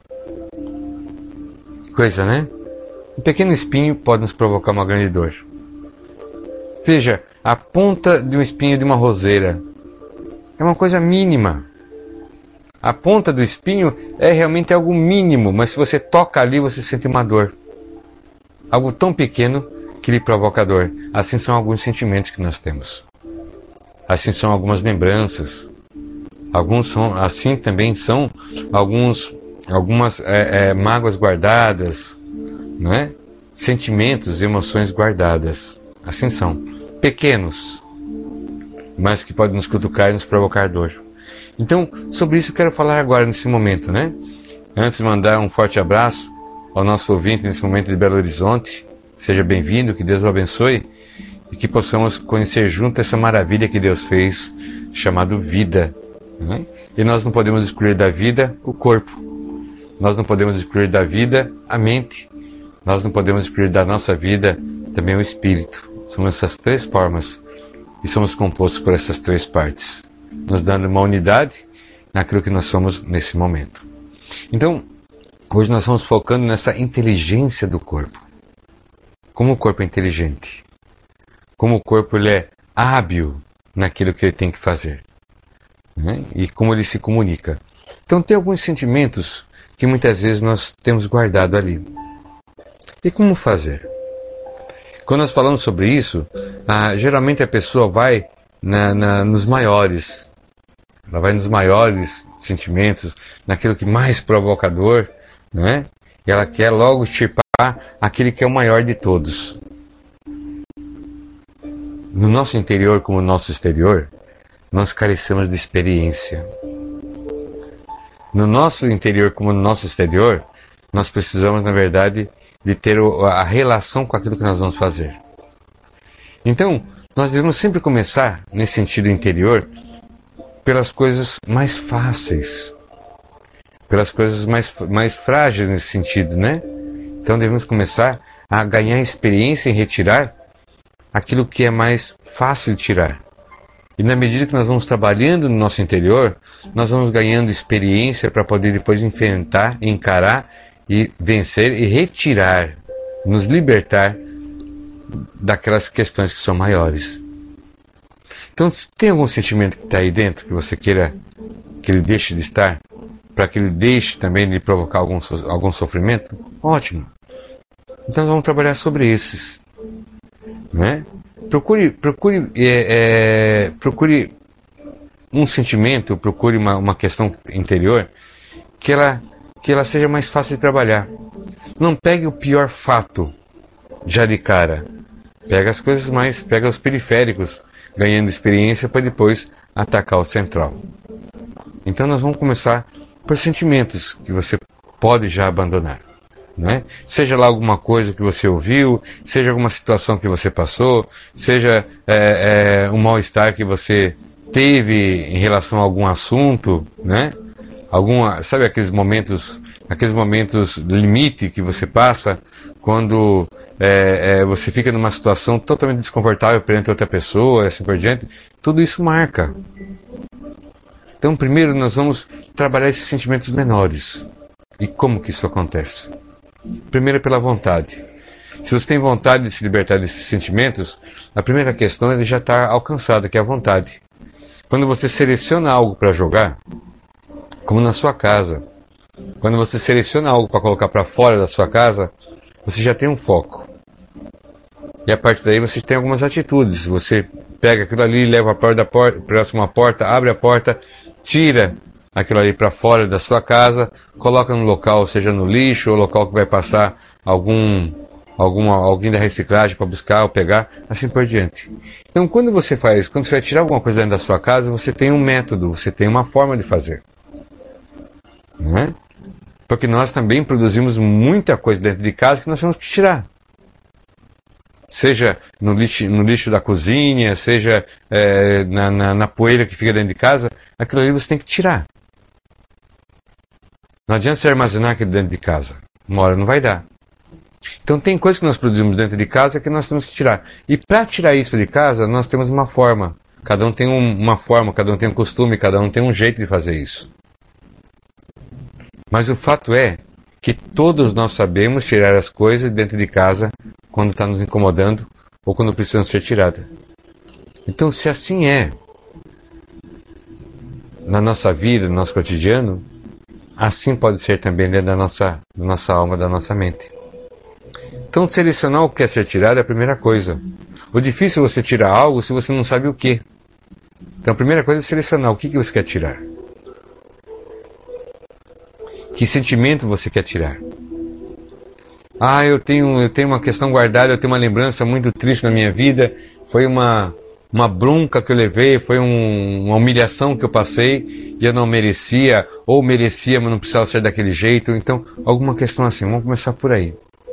Coisa, né? Um pequeno espinho pode nos provocar uma grande dor. Veja, a ponta de um espinho de uma roseira é uma coisa mínima. A ponta do espinho é realmente algo mínimo, mas se você toca ali, você sente uma dor. Algo tão pequeno que lhe provoca dor. Assim são alguns sentimentos que nós temos. Assim são algumas lembranças. Assim também são algumas mágoas guardadas, né? Sentimentos, emoções guardadas. Assim são. Pequenos, mas que podem nos cutucar e nos provocar dor. Então, sobre isso eu quero falar agora, nesse momento, né? Antes de mandar um forte abraço ao nosso ouvinte nesse momento de Belo Horizonte. Seja bem-vindo, que Deus o abençoe e que possamos conhecer junto essa maravilha que Deus fez, chamado vida. Né? E nós não podemos excluir da vida o corpo. Nós não podemos excluir da vida a mente. Nós não podemos excluir da nossa vida também o espírito. São essas três formas e somos compostos por essas três partes, nos dando uma unidade naquilo que nós somos nesse momento. Então, hoje nós estamos focando nessa inteligência do corpo. Como o corpo é inteligente. Como o corpo ele é hábil naquilo que ele tem que fazer. Né? E como ele se comunica. Então tem alguns sentimentos que muitas vezes nós temos guardado ali. E como fazer? Quando nós falamos sobre isso, geralmente a pessoa vai nos maiores. Ela vai nos maiores sentimentos, naquilo que mais provoca dor, né? E ela quer logo extirpar aquele que é o maior de todos. No nosso interior como no nosso exterior, nós carecemos de experiência. No nosso interior como no nosso exterior, nós precisamos, na verdade, de ter a relação com aquilo que nós vamos fazer. Então, nós devemos sempre começar, nesse sentido interior, pelas coisas mais fáceis, pelas coisas mais frágeis nesse sentido, né? Então devemos começar a ganhar experiência em retirar aquilo que é mais fácil de tirar. E na medida que nós vamos trabalhando no nosso interior, nós vamos ganhando experiência para poder depois enfrentar, encarar e vencer e retirar, nos libertar daquelas questões que são maiores. Então, se tem algum sentimento que está aí dentro que você queira que ele deixe de estar, para que ele deixe também de provocar algum sofrimento, ótimo. Então, nós vamos trabalhar sobre esses. Né? Procure um sentimento, procure uma questão interior que ela seja mais fácil de trabalhar. Não pegue o pior fato já de cara. Pega os periféricos, ganhando experiência para depois atacar o central. Então nós vamos começar por sentimentos que você pode já abandonar. Né? Seja lá alguma coisa que você ouviu, seja alguma situação que você passou, seja um mal-estar que você teve em relação a algum assunto, né? Sabe aqueles momentos limite que você passa quando você fica numa situação totalmente desconfortável perante outra pessoa e assim por diante. Tudo isso marca. Então primeiro nós vamos trabalhar esses sentimentos menores. E como que isso acontece? Primeiro é pela vontade. Se você tem vontade de se libertar desses sentimentos, a primeira questão ele já está alcançada, que é a vontade. Quando você seleciona algo para jogar, como na sua casa, quando você seleciona algo para colocar para fora da sua casa, você já tem um foco. E a partir daí você tem algumas atitudes. Você pega aquilo ali, leva para a próxima porta, abre a porta, tira aquilo ali para fora da sua casa, coloca no local, seja no lixo, ou local que vai passar alguém da reciclagem para buscar ou pegar, assim por diante. Então, quando você vai tirar alguma coisa dentro da sua casa, você tem um método, você tem uma forma de fazer. Né? Porque nós também produzimos muita coisa dentro de casa que nós temos que tirar. Seja no lixo da cozinha, seja na poeira que fica dentro de casa, aquilo ali você tem que tirar. Não adianta você armazenar aquilo dentro de casa. Uma hora não vai dar. Então tem coisas que nós produzimos dentro de casa que nós temos que tirar. E para tirar isso de casa, nós temos uma forma. Cada um tem uma forma, cada um tem um costume, cada um tem um jeito de fazer isso. Mas o fato é que todos nós sabemos tirar as coisas dentro de casa quando está nos incomodando ou quando precisam ser tiradas. Então, se assim é na nossa vida, no nosso cotidiano, assim pode ser também dentro da nossa alma, da nossa mente. Então, selecionar o que quer ser tirado é a primeira coisa. O difícil é você tirar algo se você não sabe o que. Então, a primeira coisa é selecionar o que você quer tirar. Que sentimento você quer tirar? Eu tenho uma questão guardada, eu tenho uma lembrança muito triste na minha vida. Foi uma bronca que eu levei, foi uma humilhação que eu passei e eu não merecia, ou merecia, mas não precisava ser daquele jeito. Então, alguma questão assim, vamos começar por aí.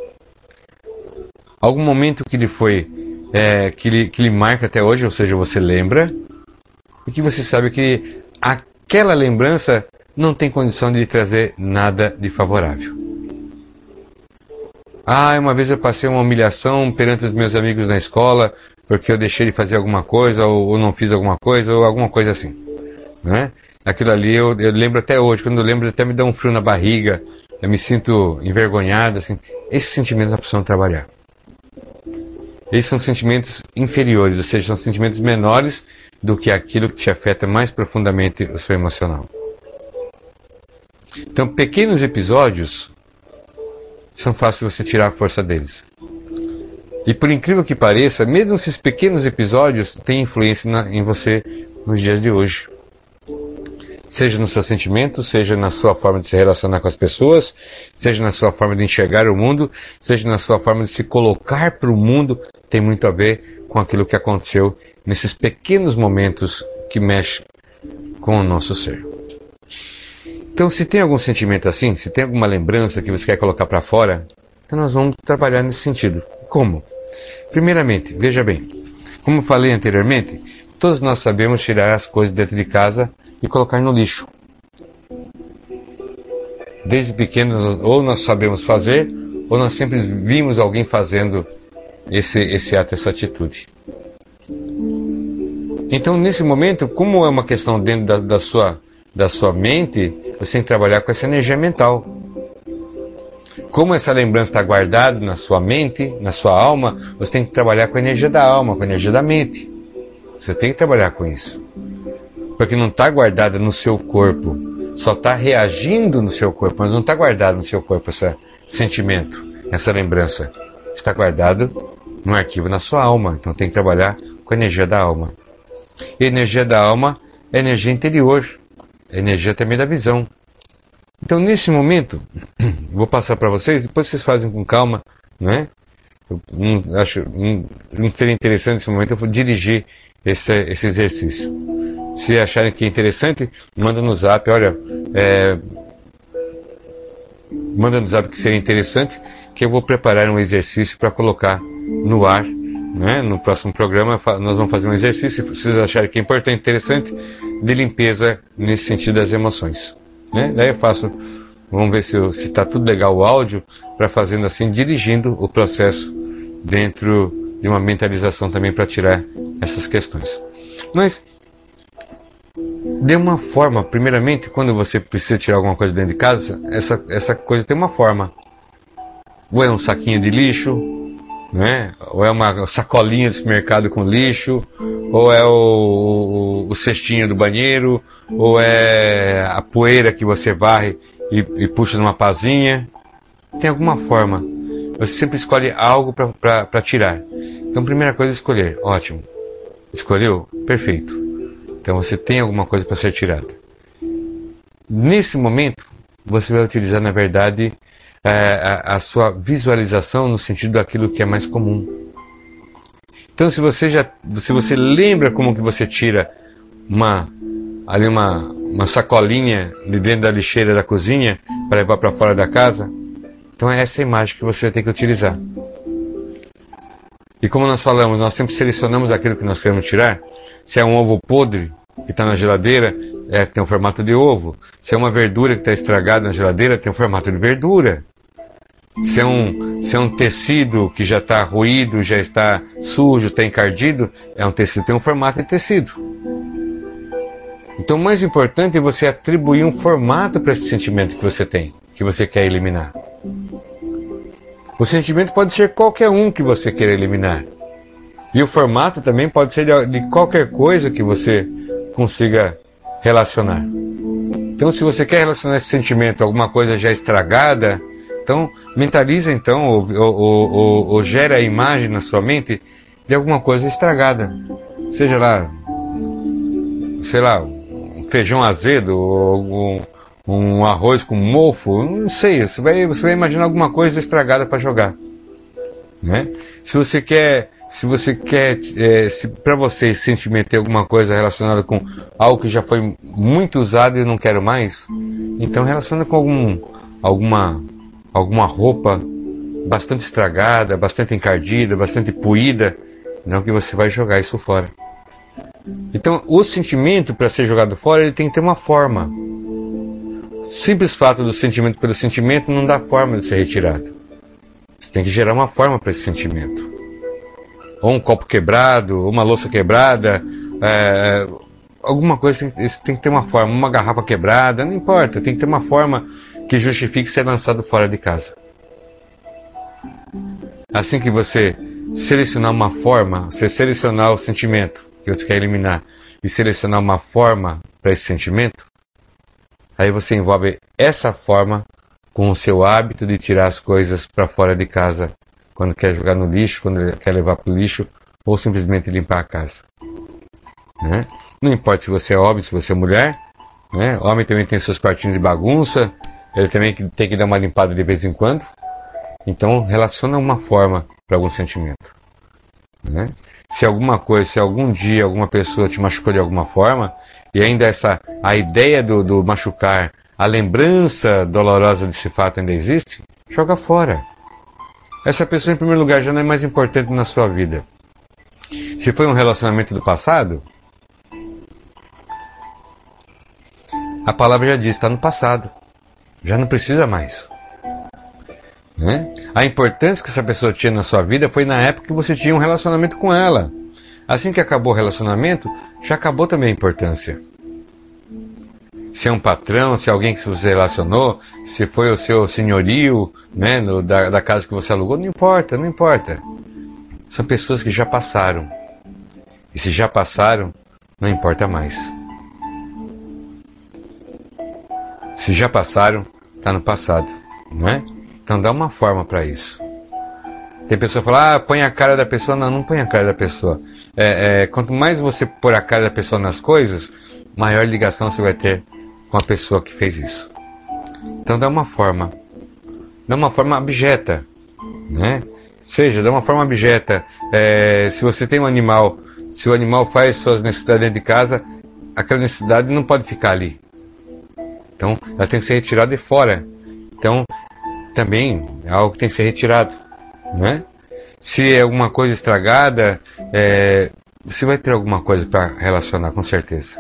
Algum momento que que lhe marca até hoje, ou seja, você lembra, e que você sabe que aquela lembrança não tem condição de lhe trazer nada de favorável. Uma vez eu passei uma humilhação perante os meus amigos na escola, porque eu deixei de fazer alguma coisa, ou não fiz alguma coisa, ou alguma coisa assim. Né? Aquilo ali eu lembro até hoje, quando eu lembro até me dá um frio na barriga, eu me sinto envergonhado, assim. Esse sentimento nós precisamos trabalhar. Esses são sentimentos inferiores, ou seja, são sentimentos menores do que aquilo que te afeta mais profundamente o seu emocional. Então, pequenos episódios são fáceis de você tirar a força deles. E por incrível que pareça, mesmo esses pequenos episódios têm influência em você nos dias de hoje. Seja no seu sentimento, seja na sua forma de se relacionar com as pessoas, seja na sua forma de enxergar o mundo, seja na sua forma de se colocar para o mundo, tem muito a ver com aquilo que aconteceu nesses pequenos momentos que mexem com o nosso ser. Então, se tem algum sentimento assim, se tem alguma lembrança que você quer colocar para fora, então nós vamos trabalhar nesse sentido. Como? Primeiramente, veja bem, como eu falei anteriormente, todos nós sabemos tirar as coisas dentro de casa e colocar no lixo. Desde pequenos, ou nós sabemos fazer, ou nós sempre vimos alguém fazendo esse ato, essa atitude. Então, nesse momento, como é uma questão dentro da sua mente, você tem que trabalhar com essa energia mental. Como essa lembrança está guardada na sua mente, na sua alma, você tem que trabalhar com a energia da alma, com a energia da mente. Você tem que trabalhar com isso. Porque não está guardada no seu corpo, só está reagindo no seu corpo, mas não está guardado no seu corpo esse sentimento, essa lembrança. Está guardado no arquivo na sua alma, então tem que trabalhar com a energia da alma. E a energia da alma é a energia interior, a energia também da visão. Então, nesse momento, vou passar para vocês, depois vocês fazem com calma, né? Não seria interessante nesse momento eu dirigir esse exercício. Se acharem que é interessante, manda no zap, manda no zap que seria interessante, que eu vou preparar um exercício para colocar no ar, né? No próximo programa nós vamos fazer um exercício, se vocês acharem que é importante, interessante, de limpeza nesse sentido das emoções. Né? Daí eu faço, vamos ver se está tudo legal o áudio, para fazendo assim, dirigindo o processo dentro de uma mentalização também para tirar essas questões. Mas, de uma forma, primeiramente, quando você precisa tirar alguma coisa dentro de casa, essa coisa tem uma forma. Ou é um saquinho de lixo, né? Ou é uma sacolinha de supermercado com lixo, ou é o cestinho do banheiro, ou é a poeira que você varre e puxa numa pazinha. Tem alguma forma. Você sempre escolhe algo para tirar. Então, primeira coisa é escolher. Ótimo. Escolheu? Perfeito. Então, você tem alguma coisa para ser tirada. Nesse momento, você vai utilizar, na verdade, a sua visualização no sentido daquilo que é mais comum. Então, se você lembra como que você tira uma uma sacolinha de dentro da lixeira da cozinha para levar para fora da casa. Então é essa imagem que você vai ter que utilizar. E como nós falamos, nós sempre selecionamos aquilo que nós queremos tirar. Se é um ovo podre que está na geladeira, tem um formato de ovo. Se é uma verdura que está estragada na geladeira, tem um formato de verdura. Se é um tecido que já está ruído, já está sujo, está encardido, é um tecido, tem um formato de tecido. Então o mais importante é você atribuir um formato para esse sentimento que você tem, que você quer eliminar. O sentimento pode ser qualquer um que você queira eliminar. E o formato também pode ser de qualquer coisa que você consiga relacionar. Então se você quer relacionar esse sentimento a alguma coisa já estragada, então mentaliza então, ou gera a imagem na sua mente de alguma coisa estragada. Seja lá, sei lá, um feijão azedo, ou um arroz com mofo, não sei, você vai imaginar alguma coisa estragada para jogar, né? Se para você esse sentimento tem alguma coisa relacionada com algo que já foi muito usado e não quero mais, então relaciona com alguma roupa bastante estragada, bastante encardida, bastante poída, não que você vai jogar isso fora. Então o sentimento, para ser jogado fora, ele tem que ter uma forma. Simples fato do sentimento pelo sentimento não dá forma de ser retirado. Você tem que gerar uma forma para esse sentimento. Ou um copo quebrado, ou uma louça quebrada, alguma coisa tem que ter uma forma. Uma garrafa quebrada, não importa, tem que ter uma forma que justifique ser lançado fora de casa. Assim que você selecionar uma forma, você selecionar o sentimento que você quer eliminar e selecionar uma forma para esse sentimento, aí você envolve essa forma com o seu hábito de tirar as coisas para fora de casa, quando quer jogar no lixo, quando quer levar para o lixo, ou simplesmente limpar a casa, né? Não importa se você é homem, se você é mulher, né? O homem também tem seus quartinhos de bagunça, ele também tem que dar uma limpada de vez em quando. Então relaciona uma forma para algum sentimento, né? Se algum dia alguma pessoa te machucou de alguma forma, e ainda a ideia do machucar, a lembrança dolorosa desse fato ainda existe, joga fora. Essa pessoa, em primeiro lugar, já não é mais importante na sua vida. Se foi um relacionamento do passado, a palavra já diz, está no passado. Já não precisa mais, né? A importância que essa pessoa tinha na sua vida foi na época que você tinha um relacionamento com ela. Assim que acabou o relacionamento, já acabou também a importância. Se é um patrão, se é alguém que você relacionou, se foi o seu senhorio, né, da casa que você alugou, não importa, não importa. São pessoas que já passaram. E se já passaram, não importa mais. Se já passaram, está no passado, né? Então dá uma forma para isso. Tem pessoa que fala, põe a cara da pessoa. Não, não põe a cara da pessoa. Quanto mais você pôr a cara da pessoa nas coisas, maior ligação você vai ter com a pessoa que fez isso. Então dá uma forma abjeta, né? Dá uma forma abjeta. Se você tem um animal, se o animal faz suas necessidades dentro de casa, aquela necessidade não pode ficar ali. Então ela tem que ser retirada de fora. Então também é algo que tem que ser retirado, né? Se é alguma coisa estragada, você vai ter alguma coisa para relacionar, com certeza.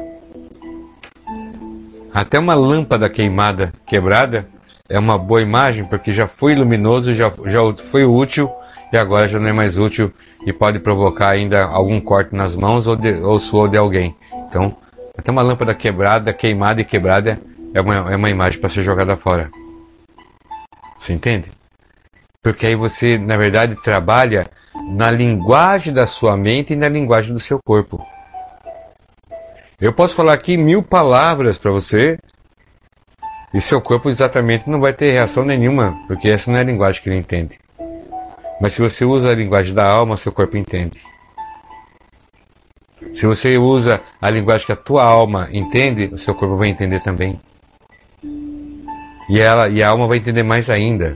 Até uma lâmpada quebrada, é uma boa imagem, porque já foi luminoso, já foi útil, e agora já não é mais útil, e pode provocar ainda algum corte nas mãos ou suor de alguém. Então, até uma lâmpada queimada e quebrada, é uma imagem para ser jogada fora. Você entende? Porque aí você, na verdade, trabalha na linguagem da sua mente e na linguagem do seu corpo. Eu posso falar aqui 1000 palavras para você e seu corpo exatamente não vai ter reação nenhuma, porque essa não é a linguagem que ele entende. Mas se você usa a linguagem da alma, seu corpo entende. Se você usa a linguagem que a tua alma entende, o seu corpo vai entender também. E a alma vai entender mais ainda.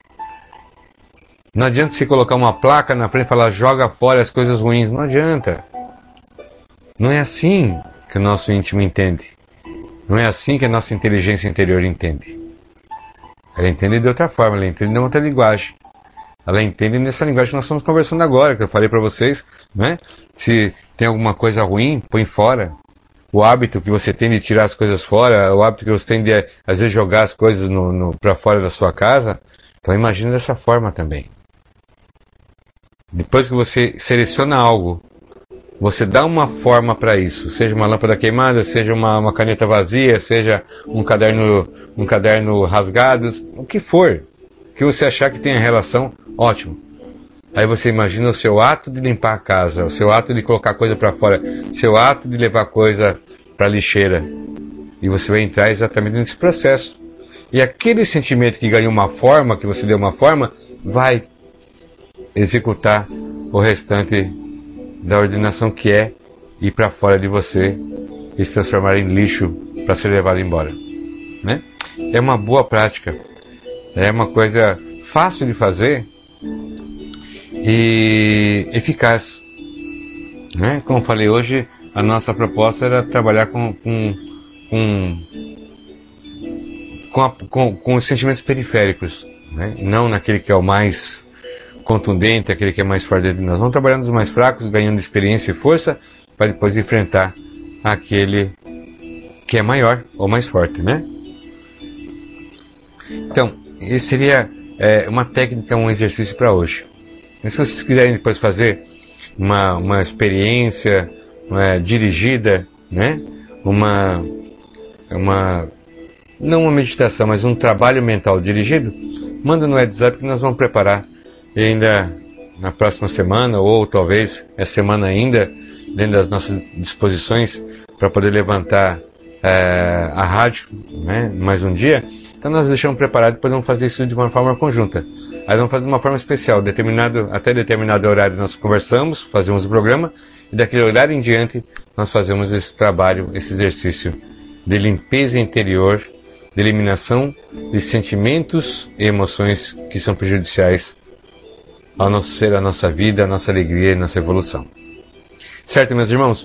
Não adianta você colocar uma placa na frente e falar joga fora as coisas ruins. Não adianta. Não é assim que o nosso íntimo entende. Não é assim que a nossa inteligência interior entende. Ela entende de outra forma, ela entende de outra linguagem. Ela entende nessa linguagem que nós estamos conversando agora, que eu falei para vocês, né? Se tem alguma coisa ruim, põe fora. O hábito que você tem de tirar as coisas fora, o hábito que você tem de, às vezes, jogar as coisas para fora da sua casa. Então imagine dessa forma também. Depois que você seleciona algo, você dá uma forma para isso, seja uma lâmpada queimada, seja uma caneta vazia, seja um caderno rasgado, o que for, que você achar que tenha relação, ótimo. Aí você imagina o seu ato de limpar a casa, o seu ato de colocar coisa para fora, o seu ato de levar coisa para a lixeira. E você vai entrar exatamente nesse processo. E aquele sentimento que ganhou uma forma, que você deu uma forma, vai executar o restante da ordenação, que é ir para fora de você e se transformar em lixo para ser levado embora, né? É uma boa prática, é uma coisa fácil de fazer e eficaz, né? Como falei hoje, a nossa proposta era trabalhar com os sentimentos periféricos, né? Não naquele que é o mais contundente, aquele que é mais forte de nós. Vamos trabalhar nos mais fracos, ganhando experiência e força, para depois enfrentar aquele que é maior ou mais forte, né? Então, esse seria uma técnica, um exercício para hoje. E se vocês quiserem depois fazer uma experiência dirigida, né? Não uma meditação, mas um trabalho mental dirigido, manda no WhatsApp que nós vamos preparar ainda na próxima semana, ou talvez essa semana ainda, dentro das nossas disposições, para poder levantar a rádio, né, mais um dia. Então nós deixamos preparado, depois vamos fazer isso de uma forma conjunta. Aí vamos fazer de uma forma especial, até determinado horário nós conversamos, fazemos o programa, e daquele horário em diante nós fazemos esse trabalho, esse exercício de limpeza interior, de eliminação de sentimentos e emoções que são prejudiciais ao nosso ser, à nossa vida, à nossa alegria e à nossa evolução. Certo, meus irmãos?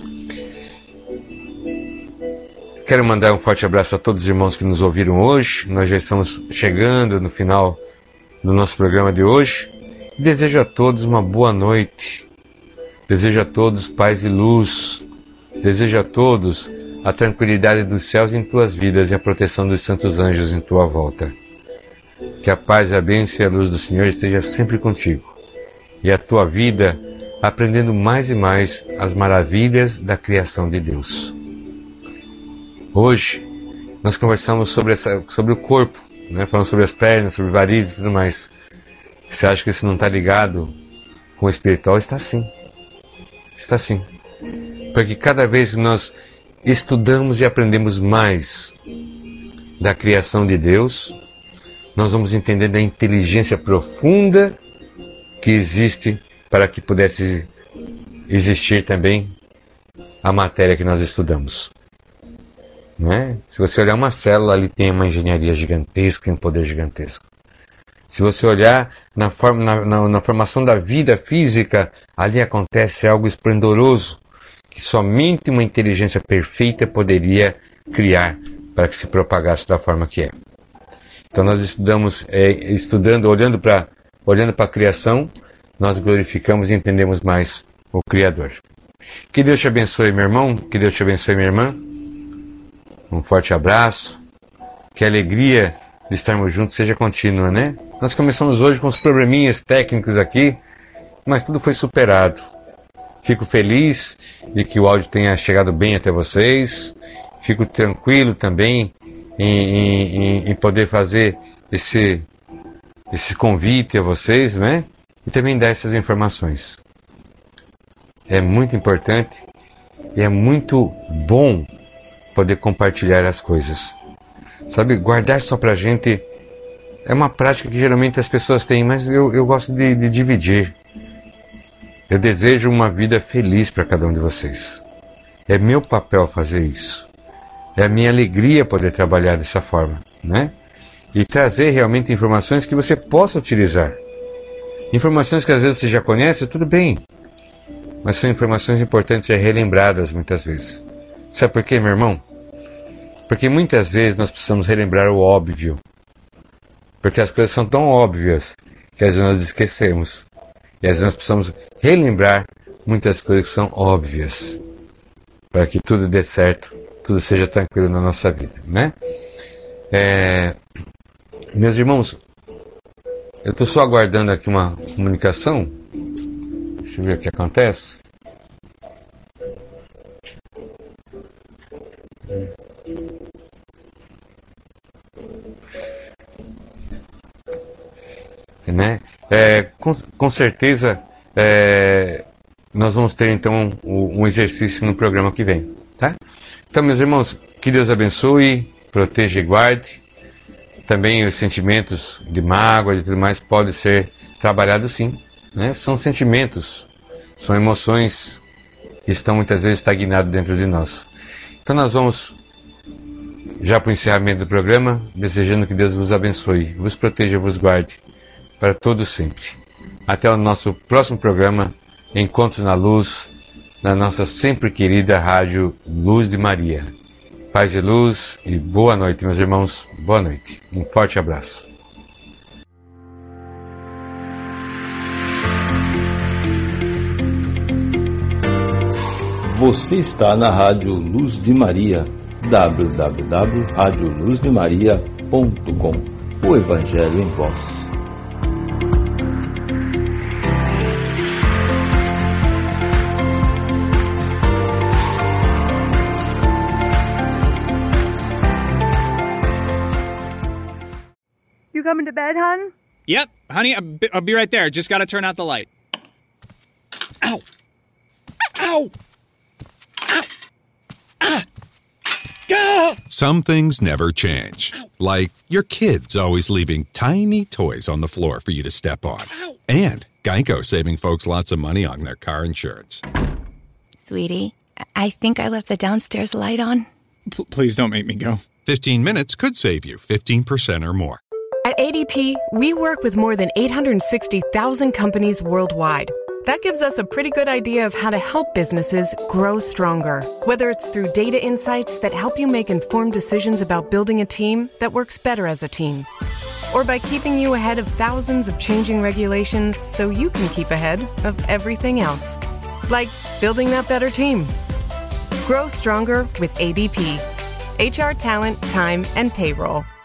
Quero mandar um forte abraço a todos os irmãos que nos ouviram hoje. Nós já estamos chegando no final do nosso programa de hoje. Desejo a todos uma boa noite. Desejo a todos paz e luz. Desejo a todos a tranquilidade dos céus em tuas vidas e a proteção dos santos anjos em tua volta. Que a paz, a bênção e a luz do Senhor esteja sempre contigo. E a tua vida aprendendo mais e mais as maravilhas da criação de Deus. Hoje nós conversamos sobre o corpo, né? Falamos sobre as pernas, sobre varizes e tudo mais. Você acha que isso não está ligado com o espiritual? Está sim. Está sim. Porque cada vez que nós estudamos e aprendemos mais da criação de Deus, nós vamos entendendo a inteligência profunda que existe para que pudesse existir também a matéria que nós estudamos. Não é? Se você olhar uma célula, ali tem uma engenharia gigantesca, um poder gigantesco. Se você olhar na formação da vida física, ali acontece algo esplendoroso que somente uma inteligência perfeita poderia criar para que se propagasse da forma que é. Então nós olhando para a criação, nós glorificamos e entendemos mais o Criador. Que Deus te abençoe, meu irmão, que Deus te abençoe, minha irmã. Um forte abraço, que a alegria de estarmos juntos seja contínua, né? Nós começamos hoje com uns probleminhas técnicos aqui, mas tudo foi superado. Fico feliz de que o áudio tenha chegado bem até vocês. Fico tranquilo também em poder fazer esse convite a vocês, né? E também dar essas informações. É muito importante e é muito bom poder compartilhar as coisas. Sabe, guardar só pra gente é uma prática que geralmente as pessoas têm, mas eu gosto de dividir. Eu desejo uma vida feliz para cada um de vocês. É meu papel fazer isso. É a minha alegria poder trabalhar dessa forma, né? E trazer realmente informações que você possa utilizar. Informações que às vezes você já conhece, tudo bem. Mas são informações importantes e relembradas muitas vezes. Sabe por quê, meu irmão? Porque muitas vezes nós precisamos relembrar o óbvio. Porque as coisas são tão óbvias que às vezes nós esquecemos. E às vezes nós precisamos relembrar muitas coisas que são óbvias. Para que tudo dê certo, tudo seja tranquilo na nossa vida, né? Meus irmãos, eu estou só aguardando aqui uma comunicação. Deixa eu ver o que acontece. Né? Com certeza nós vamos ter então um exercício no programa que vem, tá? Então, meus irmãos, que Deus abençoe, proteja e guarde. Também os sentimentos de mágoa e tudo mais podem ser trabalhados sim, né? São sentimentos, são emoções que estão muitas vezes estagnadas dentro de nós. Então nós vamos já para o encerramento do programa, desejando que Deus vos abençoe, vos proteja, vos guarde para todo sempre. Até o nosso próximo programa, Encontros na Luz, na nossa sempre querida Rádio Luz de Maria. Paz e luz e boa noite, meus irmãos. Boa noite. Um forte abraço. Você está na Rádio Luz de Maria, www.radioluzdemaria.com. O Evangelho em Voz. You coming to bed, hon? Yep, honey, I'll be right there. Just gotta turn out the light. Ow! Ow! Ow! Ah! Go! Some things never change. Like your kids always leaving tiny toys on the floor for you to step on. And Geico saving folks lots of money on their car insurance. Sweetie, I think I left the downstairs light on. Please don't make me go. 15 minutes could save you 15% or more. At ADP, we work with more than 860,000 companies worldwide. That gives us a pretty good idea of how to help businesses grow stronger. Whether it's through data insights that help you make informed decisions about building a team that works better as a team, or by keeping you ahead of thousands of changing regulations so you can keep ahead of everything else. Like building that better team. Grow stronger with ADP. HR, talent, time, and payroll.